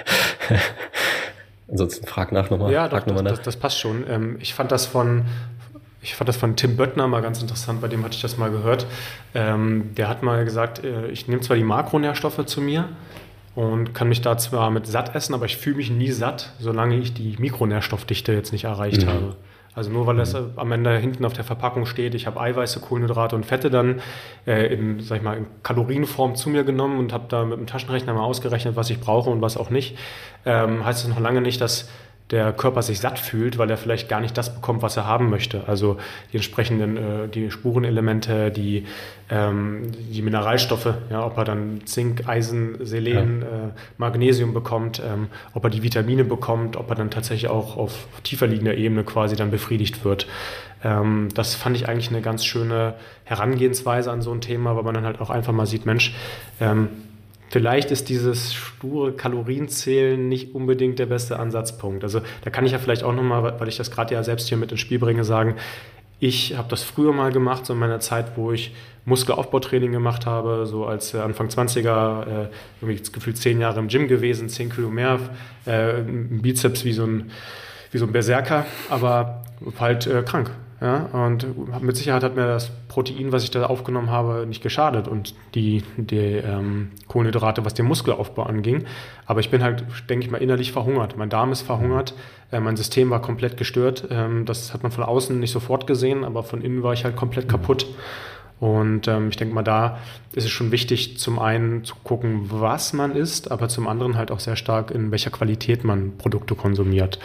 Ansonsten frag nach nochmal. Ja, doch, das, das, das passt schon. Ähm, ich fand das von Ich fand das von Tim Böttner mal ganz interessant, bei dem hatte ich das mal gehört. Ähm, der hat mal gesagt, äh, ich nehme zwar die Makronährstoffe zu mir und kann mich da zwar mit satt essen, aber ich fühle mich nie satt, solange ich die Mikronährstoffdichte jetzt nicht erreicht mhm. habe. Also nur weil das am Ende hinten auf der Verpackung steht, ich habe Eiweiße, Kohlenhydrate und Fette dann äh, in, sag ich mal, in Kalorienform zu mir genommen und habe da mit dem Taschenrechner mal ausgerechnet, was ich brauche und was auch nicht, ähm, heißt das noch lange nicht, dass der Körper sich satt fühlt, weil er vielleicht gar nicht das bekommt, was er haben möchte. Also die entsprechenden, äh, die Spurenelemente, die, ähm, die Mineralstoffe, ja, ob er dann Zink, Eisen, Selen, ja. äh, Magnesium bekommt, ähm, ob er die Vitamine bekommt, ob er dann tatsächlich auch auf tiefer liegender Ebene quasi dann befriedigt wird. Ähm, das fand ich eigentlich eine ganz schöne Herangehensweise an so ein Thema, weil man dann halt auch einfach mal sieht, Mensch, ähm, vielleicht ist dieses sture Kalorienzählen nicht unbedingt der beste Ansatzpunkt. Also da kann ich ja vielleicht auch nochmal, weil ich das gerade ja selbst hier mit ins Spiel bringe, sagen, ich habe das früher mal gemacht, so in meiner Zeit, wo ich Muskelaufbautraining gemacht habe, so als äh, Anfang zwanziger, äh, irgendwie gefühlt zehn Jahre im Gym gewesen, zehn Kilo mehr, äh, ein Bizeps wie so ein, wie so ein Berserker, aber halt äh, krank. Ja, und mit Sicherheit hat mir das Protein, was ich da aufgenommen habe, nicht geschadet und die, die ähm, Kohlenhydrate, was den Muskelaufbau anging. Aber ich bin halt, denke ich mal, innerlich verhungert. Mein Darm ist verhungert, äh, mein System war komplett gestört. Ähm, das hat man von außen nicht sofort gesehen, aber von innen war ich halt komplett kaputt. Und ähm, ich denke mal, da ist es schon wichtig, zum einen zu gucken, was man isst, aber zum anderen halt auch sehr stark, in welcher Qualität man Produkte konsumiert.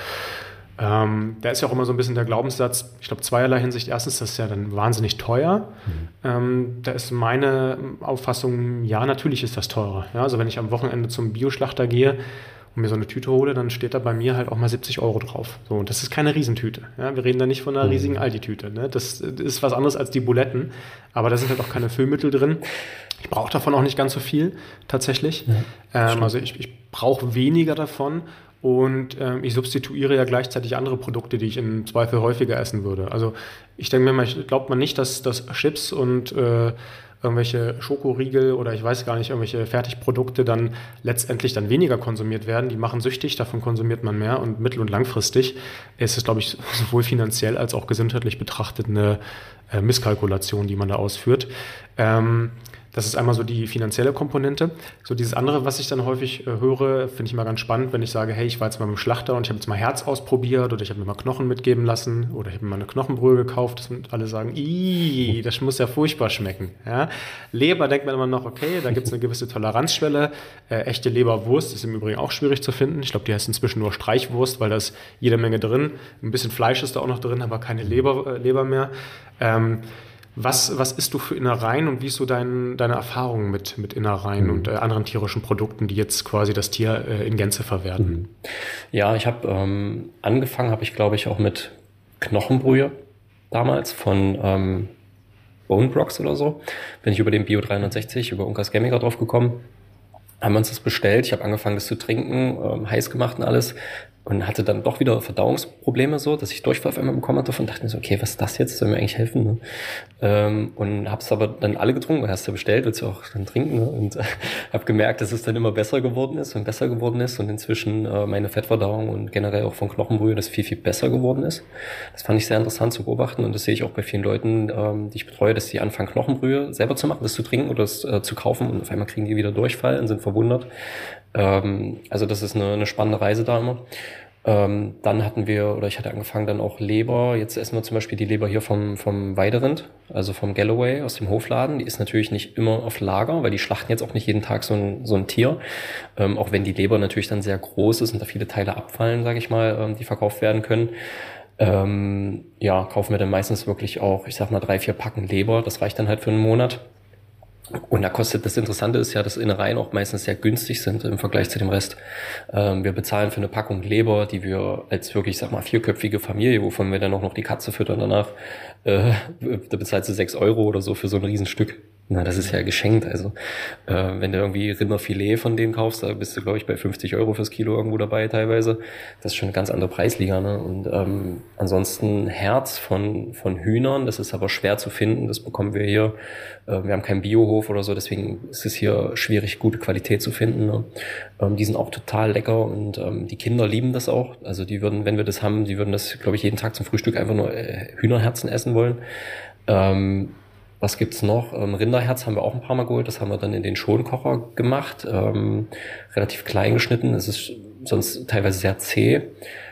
Ähm, da ist ja auch immer so ein bisschen der Glaubenssatz, ich glaube zweierlei Hinsicht. Erstens, das ist ja dann wahnsinnig teuer. Mhm. Ähm, da ist meine Auffassung, ja, natürlich ist das teurer. Ja, also wenn ich am Wochenende zum Bioschlachter gehe und mir so eine Tüte hole, dann steht da bei mir halt auch mal siebzig Euro drauf. So, und das ist keine Riesentüte. Ja, wir reden da nicht von einer mhm. riesigen Aldi-Tüte. Ne? Das ist was anderes als die Buletten, aber da sind halt auch keine Füllmittel drin. Ich brauche davon auch nicht ganz so viel, tatsächlich. Ja, ähm, also ich, ich brauche weniger davon. Und ähm, ich substituiere ja gleichzeitig andere Produkte, die ich im Zweifel häufiger essen würde. Also ich denke mir mal, ich glaubt man nicht, dass, dass Chips und äh, irgendwelche Schokoriegel oder ich weiß gar nicht, irgendwelche Fertigprodukte dann letztendlich dann weniger konsumiert werden. Die machen süchtig, davon konsumiert man mehr und mittel- und langfristig ist es, glaube ich, sowohl finanziell als auch gesundheitlich betrachtet eine äh, Misskalkulation, die man da ausführt. Ähm, Das ist einmal so die finanzielle Komponente. So dieses andere, was ich dann häufig äh, höre, finde ich mal ganz spannend, wenn ich sage, hey, ich war jetzt mal beim Schlachter und ich habe jetzt mal Herz ausprobiert oder ich habe mir mal Knochen mitgeben lassen oder ich habe mir mal eine Knochenbrühe gekauft. Das und alle sagen, ih, das muss ja furchtbar schmecken. Ja? Leber denkt man immer noch, okay, da gibt es eine gewisse Toleranzschwelle. Äh, echte Leberwurst ist im Übrigen auch schwierig zu finden. Ich glaube, die heißt inzwischen nur Streichwurst, weil da ist jede Menge drin. Ein bisschen Fleisch ist da auch noch drin, aber keine Leber, äh, Leber mehr. Ähm, Was, was isst du für Innereien und wie ist so dein, deine Erfahrung mit, mit Innereien mhm. und äh, anderen tierischen Produkten, die jetzt quasi das Tier äh, in Gänze verwerten? Ja, ich habe ähm, angefangen, habe ich glaube ich auch mit Knochenbrühe damals von ähm, Bone Brox oder so. Bin ich über den Bio dreihundertsechzig, über Unkas Gemiger drauf gekommen. Haben wir uns das bestellt. Ich habe angefangen, das zu trinken, ähm, heiß gemacht und alles. Und hatte dann doch wieder Verdauungsprobleme so, dass ich Durchfall auf einmal bekommen hatte und dachte mir so, okay, was ist das jetzt? Soll mir eigentlich helfen? Ne? Ähm, und hab's aber dann alle getrunken, weil hast du ja bestellt, willst du auch dann trinken. Ne? Und äh, habe gemerkt, dass es dann immer besser geworden ist und besser geworden ist und inzwischen äh, meine Fettverdauung und generell auch von Knochenbrühe das viel, viel besser geworden ist. Das fand ich sehr interessant zu beobachten und das sehe ich auch bei vielen Leuten, ähm, die ich betreue, dass die anfangen, Knochenbrühe selber zu machen, das zu trinken oder das äh, zu kaufen und auf einmal kriegen die wieder Durchfall und sind verwundert. Ähm, also das ist eine, eine spannende Reise da immer. Ähm, dann hatten wir, oder ich hatte angefangen dann auch Leber. Jetzt essen wir zum Beispiel die Leber hier vom, vom Weiderind, also vom Galloway aus dem Hofladen. Die ist natürlich nicht immer auf Lager, weil die schlachten jetzt auch nicht jeden Tag so ein, so ein Tier. Ähm, auch wenn die Leber natürlich dann sehr groß ist und da viele Teile abfallen, sage ich mal, ähm, die verkauft werden können. Ähm, ja, kaufen wir dann meistens wirklich auch, ich sag mal, drei, vier Packen Leber. Das reicht dann halt für einen Monat. Und da kostet, das Interessante ist ja, dass Innereien auch meistens sehr günstig sind im Vergleich zu dem Rest. Ähm, wir bezahlen für eine Packung Leber, die wir als wirklich, sag mal, vierköpfige Familie, wovon wir dann auch noch die Katze füttern danach, äh, da bezahlst du sechs Euro oder so für so ein Riesenstück. Na, das ist ja geschenkt. Also äh, wenn du irgendwie Rinderfilet von denen kaufst, da bist du, glaube ich, bei fünfzig Euro fürs Kilo irgendwo dabei teilweise. Das ist schon eine ganz andere Preisliga. Ne? Und ähm, ansonsten Herz von von Hühnern, das ist aber schwer zu finden. Das bekommen wir hier. Äh, wir haben keinen Biohof oder so, deswegen ist es hier schwierig, gute Qualität zu finden. Ne? Ähm, die sind auch total lecker und ähm, die Kinder lieben das auch. Also die würden, wenn wir das haben, die würden das, glaube ich, jeden Tag zum Frühstück einfach nur äh, Hühnerherzen essen wollen. Ähm, Was gibt's noch? Ähm, Rinderherz haben wir auch ein paar Mal geholt. Das haben wir dann in den Schonkocher gemacht. Ähm, relativ klein geschnitten. Es ist sonst teilweise sehr zäh.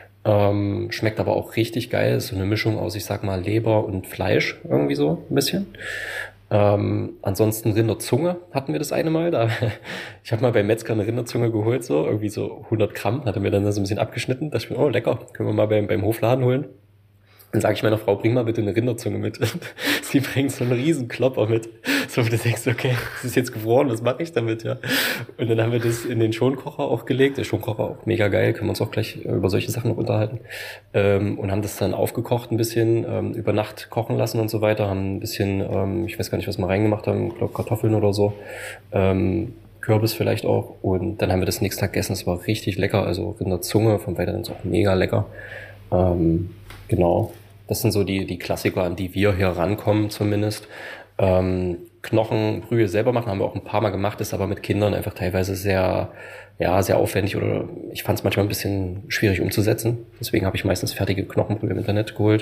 Ähm, schmeckt aber auch richtig geil. Ist so eine Mischung aus, ich sag mal, Leber und Fleisch irgendwie so ein bisschen. Ähm, ansonsten Rinderzunge hatten wir das eine Mal. Da, ich habe mal beim Metzger eine Rinderzunge geholt, so irgendwie so hundert Gramm, hatte mir dann so ein bisschen abgeschnitten. Da dachte ich mir, oh lecker, können wir mal beim, beim Hofladen holen. Dann sage ich meiner Frau, bring mal bitte eine Rinderzunge mit. Und sie bringt so einen riesen Klopper mit. So, wo du denkst, okay, das ist jetzt gefroren, was mache ich damit, ja? Und dann haben wir das in den Schonkocher auch gelegt. Der Schonkocher auch mega geil, können wir uns auch gleich über solche Sachen noch unterhalten. Ähm, und haben das dann aufgekocht ein bisschen, ähm, über Nacht kochen lassen und so weiter. Haben ein bisschen, ähm, ich weiß gar nicht, was wir reingemacht haben, ich glaube Kartoffeln oder so. Ähm, Kürbis vielleicht auch. Und dann haben wir das nächsten Tag gegessen. Das war richtig lecker. Also Rinderzunge, vom Weiteren ist auch mega lecker. Ähm, Genau, das sind so die, die Klassiker, an die wir hier rankommen zumindest. Ähm, Knochenbrühe selber machen haben wir auch ein paar Mal gemacht, ist aber mit Kindern einfach teilweise sehr, ja, sehr aufwendig oder ich fand es manchmal ein bisschen schwierig umzusetzen. Deswegen habe ich meistens fertige Knochenbrühe im Internet geholt.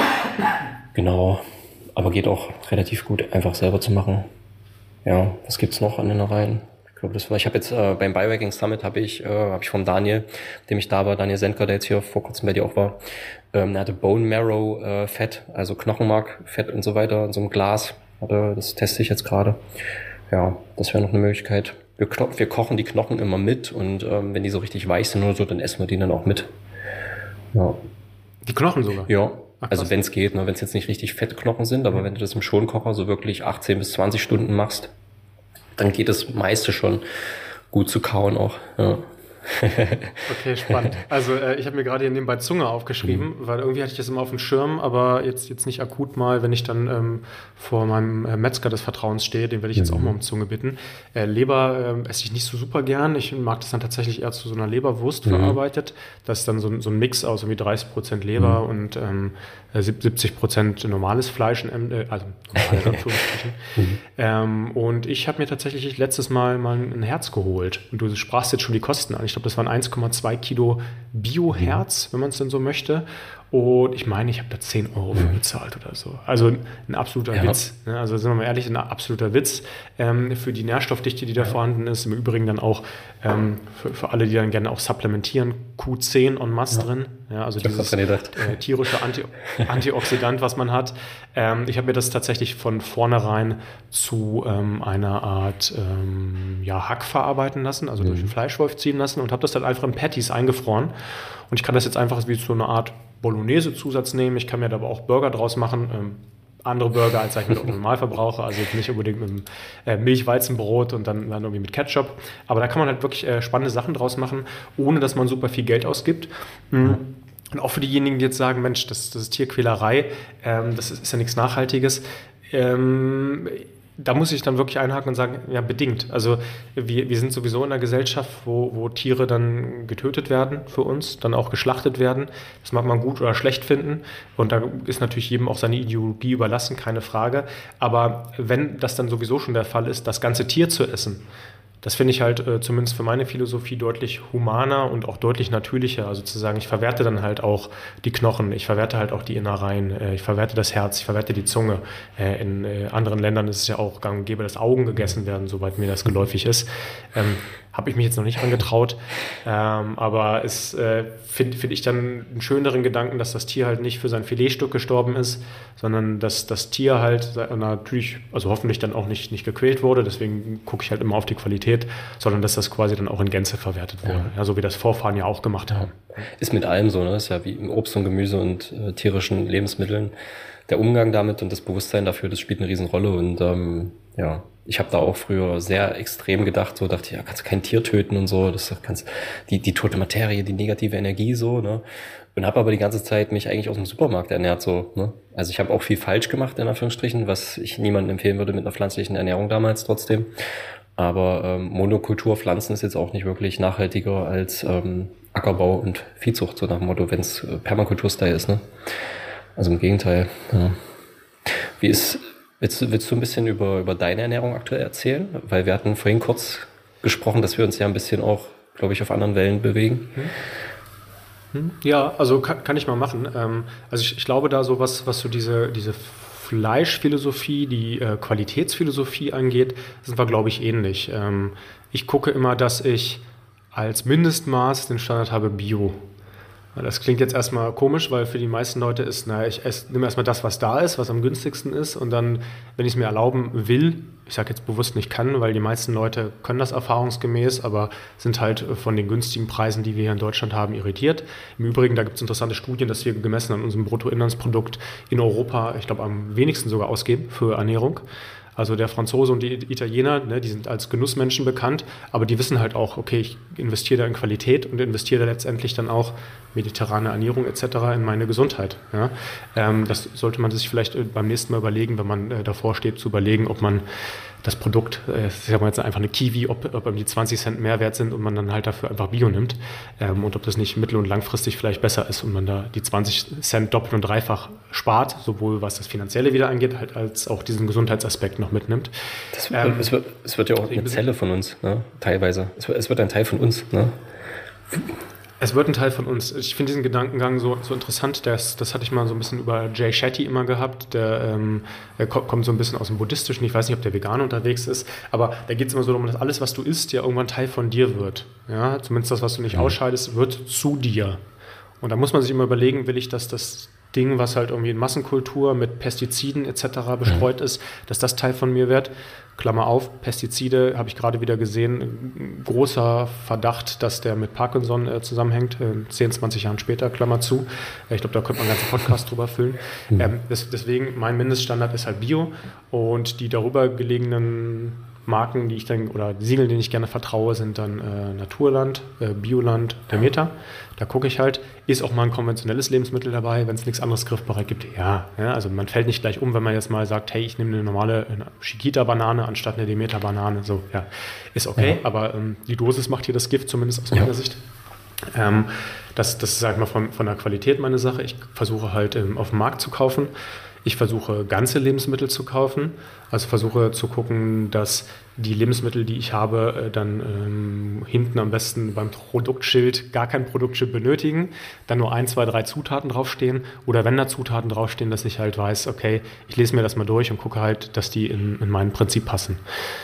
Genau, aber geht auch relativ gut, einfach selber zu machen. Ja, was gibt's noch an Innereien? Ich glaube, das war, ich habe jetzt äh, beim Biohacking Summit habe ich, äh, habe ich von Daniel, dem ich da war, Daniel Sendker, der jetzt hier vor kurzem bei dir auch war, ähm, der hatte Bone Marrow äh, Fett, also Knochenmark, Fett und so weiter in so einem Glas. Hatte, das teste ich jetzt gerade. Ja, das wäre noch eine Möglichkeit. Wir, kno- wir kochen die Knochen immer mit und ähm, wenn die so richtig weich sind oder so, dann essen wir die dann auch mit. Ja. Die Knochen sogar? Ja. Ach, also wenn es geht, ne, wenn es jetzt nicht richtig fette Knochen sind, aber wenn du das im Schonkocher so wirklich achtzehn bis zwanzig Stunden machst, dann geht das meiste schon gut zu kauen auch. Ja. Okay, spannend. Also äh, ich habe mir gerade hier nebenbei Zunge aufgeschrieben, mhm. weil irgendwie hatte ich das immer auf dem Schirm, aber jetzt, jetzt nicht akut mal, wenn ich dann ähm, vor meinem äh, Metzger des Vertrauens stehe, den werde ich jetzt mhm. auch mal um Zunge bitten. Äh, Leber äh, esse ich nicht so super gern. Ich mag das dann tatsächlich eher zu so einer Leberwurst mhm. verarbeitet. Das ist dann so, so ein Mix aus irgendwie dreißig Prozent Leber mhm. und ähm, siebzig Prozent normales Fleisch, äh, also normales Anführungsstrichen. mhm. ähm, und ich habe mir tatsächlich letztes Mal mal ein Herz geholt. Und du sprachst jetzt schon die Kosten an. Ich glaube, das waren eins Komma zwei Kilo Bio-Herz, mhm. wenn man es denn so möchte. Und ich meine, ich habe da zehn Euro für bezahlt oder so. Also ein absoluter ja. Witz. Ne? Also sind wir mal ehrlich, ein absoluter Witz ähm, für die Nährstoffdichte, die da ja. vorhanden ist. Im Übrigen dann auch ähm, für, für alle, die dann gerne auch supplementieren, Q zehn en masse ja. drin. Ja, also ich dieses äh, tierische Anti- Antioxidant, was man hat. Ähm, ich habe mir das tatsächlich von vornherein zu ähm, einer Art ähm, ja, Hack verarbeiten lassen, also mhm. durch den Fleischwolf ziehen lassen und habe das dann einfach in Patties eingefroren. Und ich kann das jetzt einfach wie so eine Art Bolognese-Zusatz nehmen. Ich kann mir da aber auch Burger draus machen. Ähm, andere Burger als ich mit auch Normalverbraucher. Also nicht unbedingt mit einem äh, Milchweizenbrot und dann, dann irgendwie mit Ketchup. Aber da kann man halt wirklich äh, spannende Sachen draus machen, ohne dass man super viel Geld ausgibt. Mhm. Und auch für diejenigen, die jetzt sagen, Mensch, das, das ist Tierquälerei, ähm, das ist, ist ja nichts Nachhaltiges. Ähm, Da muss ich dann wirklich einhaken und sagen, ja, bedingt. Also wir, wir sind sowieso in einer Gesellschaft, wo, wo Tiere dann getötet werden für uns, dann auch geschlachtet werden. Das mag man gut oder schlecht finden. Und da ist natürlich jedem auch seine Ideologie überlassen, keine Frage. Aber wenn das dann sowieso schon der Fall ist, das ganze Tier zu essen, das finde ich halt äh, zumindest für meine Philosophie deutlich humaner und auch deutlich natürlicher. Also zu sagen, ich verwerte dann halt auch die Knochen, ich verwerte halt auch die Innereien, äh, ich verwerte das Herz, ich verwerte die Zunge. Äh, in äh, anderen Ländern ist es ja auch gang und gäbe, dass Augen gegessen werden, soweit mir das geläufig ist. Ähm, Habe ich mich jetzt noch nicht angetraut. Ähm, aber es äh, finde find ich dann einen schöneren Gedanken, dass das Tier halt nicht für sein Filetstück gestorben ist, sondern dass das Tier halt natürlich, also hoffentlich dann auch nicht, nicht gequält wurde. Deswegen gucke ich halt immer auf die Qualität, sondern dass das quasi dann auch in Gänze verwertet wurde. Ja. Ja, so wie das Vorfahren ja auch gemacht haben. Ist mit allem so, ne? Ist ja wie im Obst und Gemüse und äh, tierischen Lebensmitteln. Der Umgang damit und das Bewusstsein dafür, das spielt eine Riesenrolle. Und ähm, ja, ich habe da auch früher sehr extrem gedacht, so dachte ich, ja, kannst du kein Tier töten und so, das kannst die die tote Materie, die negative Energie so, ne? Und habe aber die ganze Zeit mich eigentlich aus dem Supermarkt ernährt so, ne? Also ich habe auch viel falsch gemacht in Anführungsstrichen, was ich niemandem empfehlen würde mit einer pflanzlichen Ernährung damals trotzdem. Aber ähm, Monokulturpflanzen ist jetzt auch nicht wirklich nachhaltiger als ähm, Ackerbau und Viehzucht, so nach dem Motto, wenn es äh, Permakultur-Style ist, ne? Also im Gegenteil. Ja. Wie ist Willst du, willst du ein bisschen über, über deine Ernährung aktuell erzählen? Weil wir hatten vorhin kurz gesprochen, dass wir uns ja ein bisschen auch, glaube ich, auf anderen Wellen bewegen. Ja, also kann, kann ich mal machen. Also ich, ich glaube da so, was, was so diese, diese Fleischphilosophie, die äh, Qualitätsphilosophie angeht, sind wir, glaube ich, ähnlich. Ich gucke immer, dass ich als Mindestmaß den Standard habe Bio. Das klingt jetzt erstmal komisch, weil für die meisten Leute ist, naja, ich esse, nehme erstmal das, was da ist, was am günstigsten ist und dann, wenn ich es mir erlauben will, ich sage jetzt bewusst nicht kann, weil die meisten Leute können das erfahrungsgemäß, aber sind halt von den günstigen Preisen, die wir hier in Deutschland haben, irritiert. Im Übrigen, da gibt es interessante Studien, dass wir gemessen an unserem Bruttoinlandsprodukt in Europa, ich glaube, am wenigsten sogar ausgeben für Ernährung. Also der Franzose und die Italiener, ne, die sind als Genussmenschen bekannt, aber die wissen halt auch, okay, ich investiere da in Qualität und investiere da letztendlich dann auch mediterrane Ernährung et cetera in meine Gesundheit. Ja. Ähm, das sollte man sich vielleicht beim nächsten Mal überlegen, wenn man äh, davor steht, zu überlegen, ob man das Produkt, äh, ich sag mal jetzt einfach eine Kiwi, ob, ob die zwanzig Cent mehr wert sind und man dann halt dafür einfach Bio nimmt ähm, und ob das nicht mittel- und langfristig vielleicht besser ist und man da die zwanzig Cent doppelt und dreifach spart, sowohl was das Finanzielle wieder angeht, halt als auch diesen Gesundheitsaspekt noch mitnimmt. Das, ähm, es, wird, es wird ja auch eine Zelle von uns, ne? Teilweise. Es wird, es wird ein Teil von uns. Ne? Es wird ein Teil von uns. Ich finde diesen Gedankengang so, so interessant. Das, das hatte ich mal so ein bisschen über Jay Shetty immer gehabt. Der, ähm, der kommt so ein bisschen aus dem Buddhistischen. Ich weiß nicht, ob der vegan unterwegs ist. Aber da geht es immer so darum, dass alles, was du isst, ja irgendwann Teil von dir wird. Ja? Zumindest das, was du nicht ausscheidest, wird zu dir. Und da muss man sich immer überlegen, will ich, dass das Ding, was halt irgendwie in Massenkultur mit Pestiziden et cetera bestreut ist, dass das Teil von mir wird. Klammer auf, Pestizide, habe ich gerade wieder gesehen, großer Verdacht, dass der mit Parkinson äh, zusammenhängt, äh, zehn, zwanzig Jahren später, Klammer zu. Äh, ich glaube, da könnte man einen ganzen Podcast drüber füllen. Mhm. Ähm, das, deswegen, mein Mindeststandard ist halt Bio und die darüber gelegenen Marken, die ich dann, oder Siegel, denen ich gerne vertraue, sind dann äh, Naturland, äh, Bioland, Demeter. Da gucke ich halt, ist auch mal ein konventionelles Lebensmittel dabei, wenn es nichts anderes griffbereit gibt. Ja, ja, also man fällt nicht gleich um, wenn man jetzt mal sagt, hey, ich nehme eine normale eine Chiquita-Banane anstatt eine Demeter-Banane. So, ja, ist okay, ja. aber ähm, die Dosis macht hier das Gift, zumindest aus meiner ja. Sicht. Ähm, das, das ist, sag ich mal, von, von der Qualität meine Sache. Ich versuche halt ähm, auf dem Markt zu kaufen. Ich versuche, ganze Lebensmittel zu kaufen. Also versuche zu gucken, dass die Lebensmittel, die ich habe, dann ähm, hinten am besten beim Produktschild gar kein Produktschild benötigen, dann nur ein, zwei, drei Zutaten draufstehen. Oder wenn da Zutaten draufstehen, dass ich halt weiß, okay, ich lese mir das mal durch und gucke halt, dass die in, in mein Prinzip passen.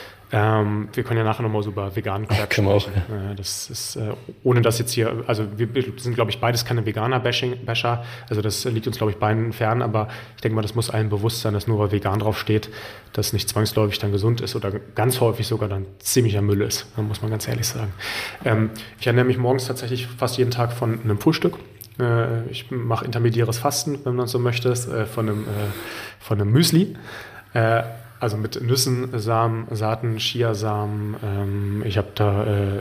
Ähm, wir können ja nachher nochmal so über veganen Quark sprechen. Auch, ja. äh, das ist, äh, ohne dass jetzt hier, also wir sind, glaube ich, beides keine Veganer-Basher, also das liegt uns, glaube ich, beiden fern, aber ich denke mal, das muss allen bewusst sein, dass nur weil vegan draufsteht, dass nicht zwangsläufig dann gesund ist oder ganz häufig sogar dann ziemlicher Müll ist, muss man ganz ehrlich sagen. Ähm, ich ernähre mich morgens tatsächlich fast jeden Tag von einem Frühstück. Äh, ich mache intermediäres Fasten, wenn man so möchte, äh, von, einem, äh, von einem Müsli. Äh, Also mit Nüssen, Samen, Saaten, Chiasamen. Ähm, ich habe da äh,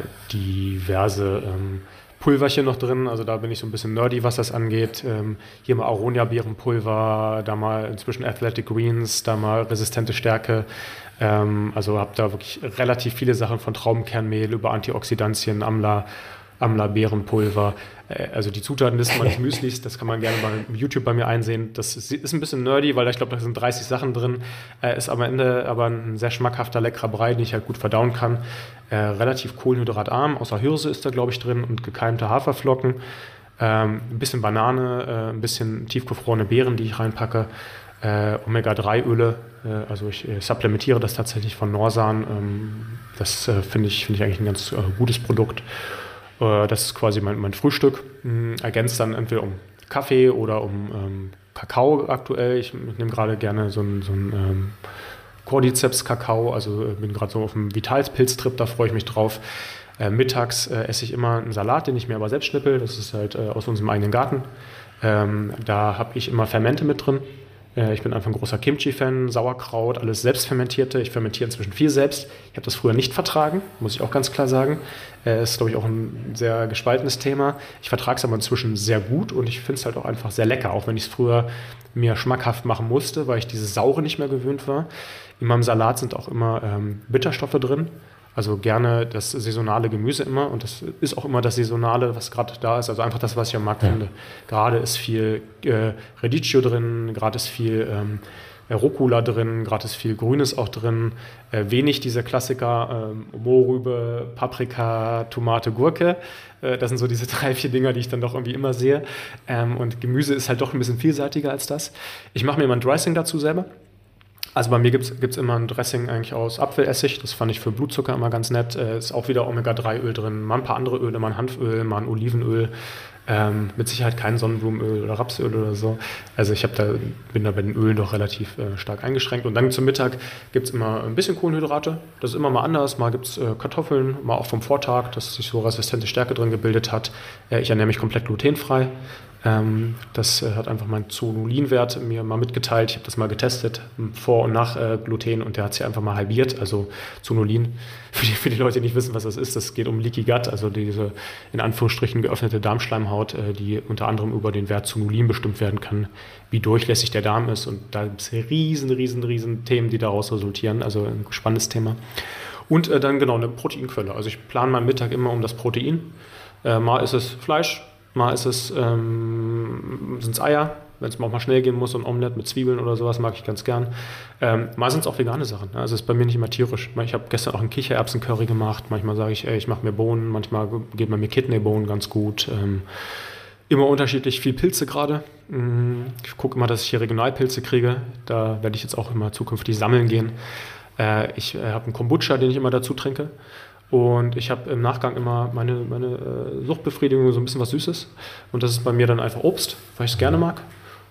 diverse ähm, Pulverchen noch drin. Also da bin ich so ein bisschen nerdy, was das angeht. Ähm, hier mal Aronia-Beerenpulver, da mal inzwischen Athletic Greens, da mal resistente Stärke. Ähm, also habe da wirklich relativ viele Sachen von Traubenkernmehl über Antioxidantien, Amla, Amla-Beerenpulver. Also die Zutatenliste meines Müslis, das kann man gerne bei YouTube bei mir einsehen. Das ist ein bisschen nerdy, weil ich glaube, da sind dreißig Sachen drin. Ist am Ende aber ein sehr schmackhafter, leckerer Brei, den ich halt gut verdauen kann. Äh, relativ kohlenhydratarm, außer Hirse ist da, glaube ich, drin und gekeimte Haferflocken. Ähm, ein bisschen Banane, äh, ein bisschen tiefgefrorene Beeren, die ich reinpacke. Äh, Omega drei Öle, äh, also ich äh, supplementiere das tatsächlich von Norsan. Ähm, das äh, finde ich, find ich eigentlich ein ganz äh, gutes Produkt. Das ist quasi mein, mein Frühstück. Ergänzt dann entweder um Kaffee oder um ähm, Kakao aktuell. Ich, ich nehme gerade gerne so einen so ähm, Cordyceps-Kakao. Also bin gerade so auf dem Vitalspilz-Trip, da freue ich mich drauf. Äh, mittags äh, esse ich immer einen Salat, den ich mir aber selbst schnippel. Das ist halt äh, aus unserem eigenen Garten. Ähm, da habe ich immer Fermente mit drin. Ich bin einfach ein großer Kimchi-Fan, Sauerkraut, alles selbstfermentierte. Ich fermentiere inzwischen viel selbst. Ich habe das früher nicht vertragen, muss ich auch ganz klar sagen. Das ist, glaube ich, auch ein sehr gespaltenes Thema. Ich vertrage es aber inzwischen sehr gut und ich finde es halt auch einfach sehr lecker, auch wenn ich es früher mir schmackhaft machen musste, weil ich diese Saure nicht mehr gewöhnt war. In meinem Salat sind auch immer ähm, Bitterstoffe drin. Also gerne das saisonale Gemüse immer und das ist auch immer das Saisonale, was gerade da ist. Also einfach das, was ich am Markt ja. finde. Gerade ist viel äh, Radicchio drin, gerade ist viel ähm, Rucola drin, gerade ist viel Grünes auch drin. Äh, wenig dieser Klassiker, ähm, Mohrrübe, Paprika, Tomate, Gurke. Äh, das sind so diese drei, vier Dinger, die ich dann doch irgendwie immer sehe. Ähm, und Gemüse ist halt doch ein bisschen vielseitiger als das. Ich mache mir immer ein Dressing dazu selber. Also bei mir gibt es immer ein Dressing eigentlich aus Apfelessig. Das fand ich für Blutzucker immer ganz nett. Äh, ist auch wieder Omega drei Öl drin, mal ein paar andere Öle, mal ein Hanföl, mal ein Olivenöl. Ähm, mit Sicherheit kein Sonnenblumenöl oder Rapsöl oder so. Also ich hab da, bin da bei den Ölen doch relativ äh, stark eingeschränkt. Und dann zum Mittag gibt es immer ein bisschen Kohlenhydrate. Das ist immer mal anders. Mal gibt es äh, Kartoffeln, mal auch vom Vortag, dass sich so resistente Stärke drin gebildet hat. Äh, ich ernähre mich komplett glutenfrei. Ähm, das äh, hat einfach mein Zonulinwert mir mal mitgeteilt. Ich habe das mal getestet, vor und nach äh, Gluten, und der hat sich einfach mal halbiert. Also Zonulin, für die, für die Leute, die nicht wissen, was das ist, das geht um Leaky Gut, also diese in Anführungsstrichen geöffnete Darmschleimhaut, äh, die unter anderem über den Wert Zonulin bestimmt werden kann, wie durchlässig der Darm ist. Und da gibt es riesen, riesen, riesen Themen, die daraus resultieren. Also ein spannendes Thema. Und äh, dann genau eine Proteinquelle. Also ich plane meinen Mittag immer um das Protein. Äh, mal ist es Fleisch, mal ist es, ähm, sind es Eier, wenn es auch mal schnell gehen muss, so ein Omelett mit Zwiebeln oder sowas mag ich ganz gern. Ähm, mal sind es auch vegane Sachen, ne? Also es ist bei mir nicht immer tierisch. Ich habe gestern auch einen Kichererbsen-Curry gemacht, manchmal sage ich, ey, ich mache mir Bohnen, manchmal geht bei mir Kidneybohnen ganz gut. Ähm, immer unterschiedlich, viel Pilze gerade. Ich gucke immer, dass ich hier Regionalpilze kriege, da werde ich jetzt auch immer zukünftig sammeln gehen. Äh, ich äh, habe einen Kombucha, den ich immer dazu trinke. Und ich habe im Nachgang immer meine, meine äh, Suchtbefriedigung, so ein bisschen was Süßes. Und das ist bei mir dann einfach Obst, weil ich es gerne mag.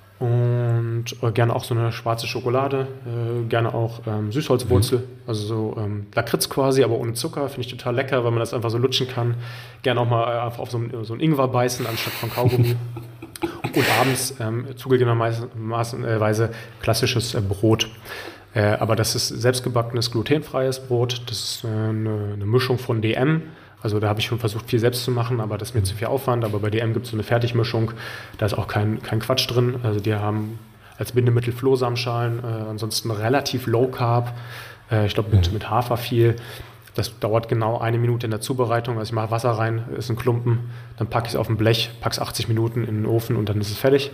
Und äh, gerne auch so eine schwarze Schokolade, äh, gerne auch ähm, Süßholzwurzel, also so ähm, Lakritz quasi, aber ohne Zucker, finde ich total lecker, weil man das einfach so lutschen kann. Gerne auch mal einfach auf so ein, so ein Ingwer beißen, anstatt von Kaugummi. Und abends ähm, zugegebenerweise klassisches äh, Brot. Äh, aber das ist selbstgebackenes, glutenfreies Brot. Das ist äh, eine, eine Mischung von D M. Also da habe ich schon versucht, viel selbst zu machen, aber das ist mir zu viel Aufwand. Aber bei D M gibt es so eine Fertigmischung. Da ist auch kein, kein Quatsch drin. Also die haben als Bindemittel Flohsamenschalen, äh, ansonsten relativ low carb. Äh, ich glaube mit, mit Hafer viel. Das dauert genau eine Minute in der Zubereitung. Also ich mache Wasser rein, ist ein Klumpen, dann packe ich es auf ein Blech, packe es achtzig Minuten in den Ofen und dann ist es fertig.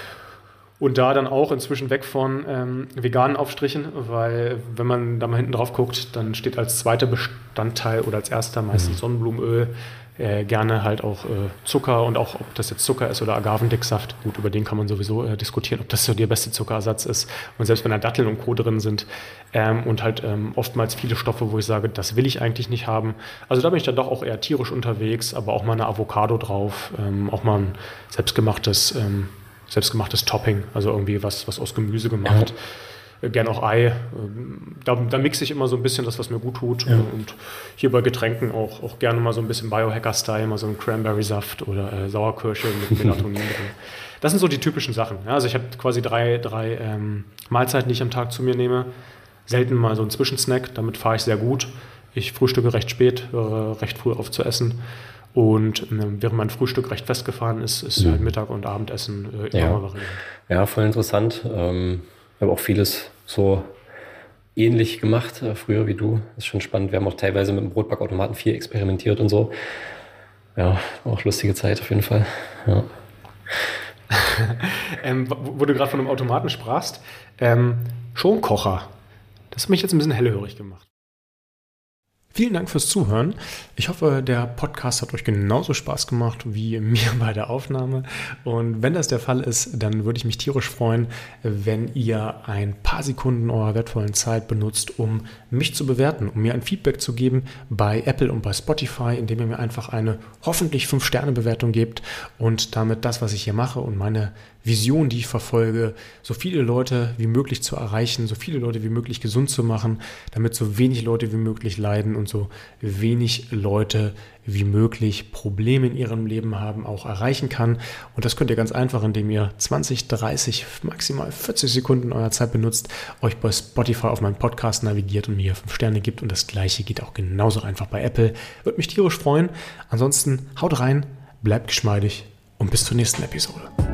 Und da dann auch inzwischen weg von ähm, veganen Aufstrichen, weil wenn man da mal hinten drauf guckt, dann steht als zweiter Bestandteil oder als erster meistens Sonnenblumenöl, äh, gerne halt auch äh, Zucker, und auch ob das jetzt Zucker ist oder Agavendicksaft. Gut, über den kann man sowieso äh, diskutieren, ob das so der beste Zuckerersatz ist. Und selbst wenn da Datteln und Co. drin sind ähm, und halt ähm, oftmals viele Stoffe, wo ich sage, das will ich eigentlich nicht haben. Also da bin ich dann doch auch eher tierisch unterwegs, aber auch mal eine Avocado drauf, ähm, auch mal ein selbstgemachtes ähm, selbstgemachtes Topping, also irgendwie was, was aus Gemüse gemacht. Ja. Gern auch Ei. Da, da mixe ich immer so ein bisschen das, was mir gut tut. Ja. Und hier bei Getränken auch, auch gerne mal so ein bisschen Biohacker-Style, mal so ein Cranberry-Saft oder äh, Sauerkirsche mit Melatonin drin. Das sind so die typischen Sachen. Ja, also ich habe quasi drei, drei ähm, Mahlzeiten, die ich am Tag zu mir nehme. Selten mal so ein Zwischensnack, damit fahre ich sehr gut. Ich frühstücke recht spät, höre recht früh auf zu essen. Und äh, während mein Frühstück recht festgefahren ist, ist mhm. halt Mittag- und Abendessen äh, immer ja. mal variiert. Ja, voll interessant. Ähm, ich habe auch vieles so ähnlich gemacht, äh, früher wie du. Das ist schon spannend. Wir haben auch teilweise mit dem Brotbackautomaten viel experimentiert und so. Ja, auch lustige Zeit auf jeden Fall. Ja. ähm, wo, wo du gerade von einem Automaten sprachst, ähm, Schonkocher. Das hat mich jetzt ein bisschen hellhörig gemacht. Vielen Dank fürs Zuhören. Ich hoffe, der Podcast hat euch genauso Spaß gemacht wie mir bei der Aufnahme. Und wenn das der Fall ist, dann würde ich mich tierisch freuen, wenn ihr ein paar Sekunden eurer wertvollen Zeit benutzt, um mich zu bewerten, um mir ein Feedback zu geben bei Apple und bei Spotify, indem ihr mir einfach eine hoffentlich fünf Sterne Bewertung gebt und damit das, was ich hier mache und meine Vision, die ich verfolge, so viele Leute wie möglich zu erreichen, so viele Leute wie möglich gesund zu machen, damit so wenig Leute wie möglich leiden und so wenig Leute wie möglich Probleme in ihrem Leben haben, auch erreichen kann. Und das könnt ihr ganz einfach, indem ihr zwanzig, dreißig, maximal vierzig Sekunden eurer Zeit benutzt, euch bei Spotify auf meinen Podcast navigiert und mir fünf Sterne gibt. Und das Gleiche geht auch genauso einfach bei Apple. Würde mich tierisch freuen. Ansonsten haut rein, bleibt geschmeidig und bis zur nächsten Episode.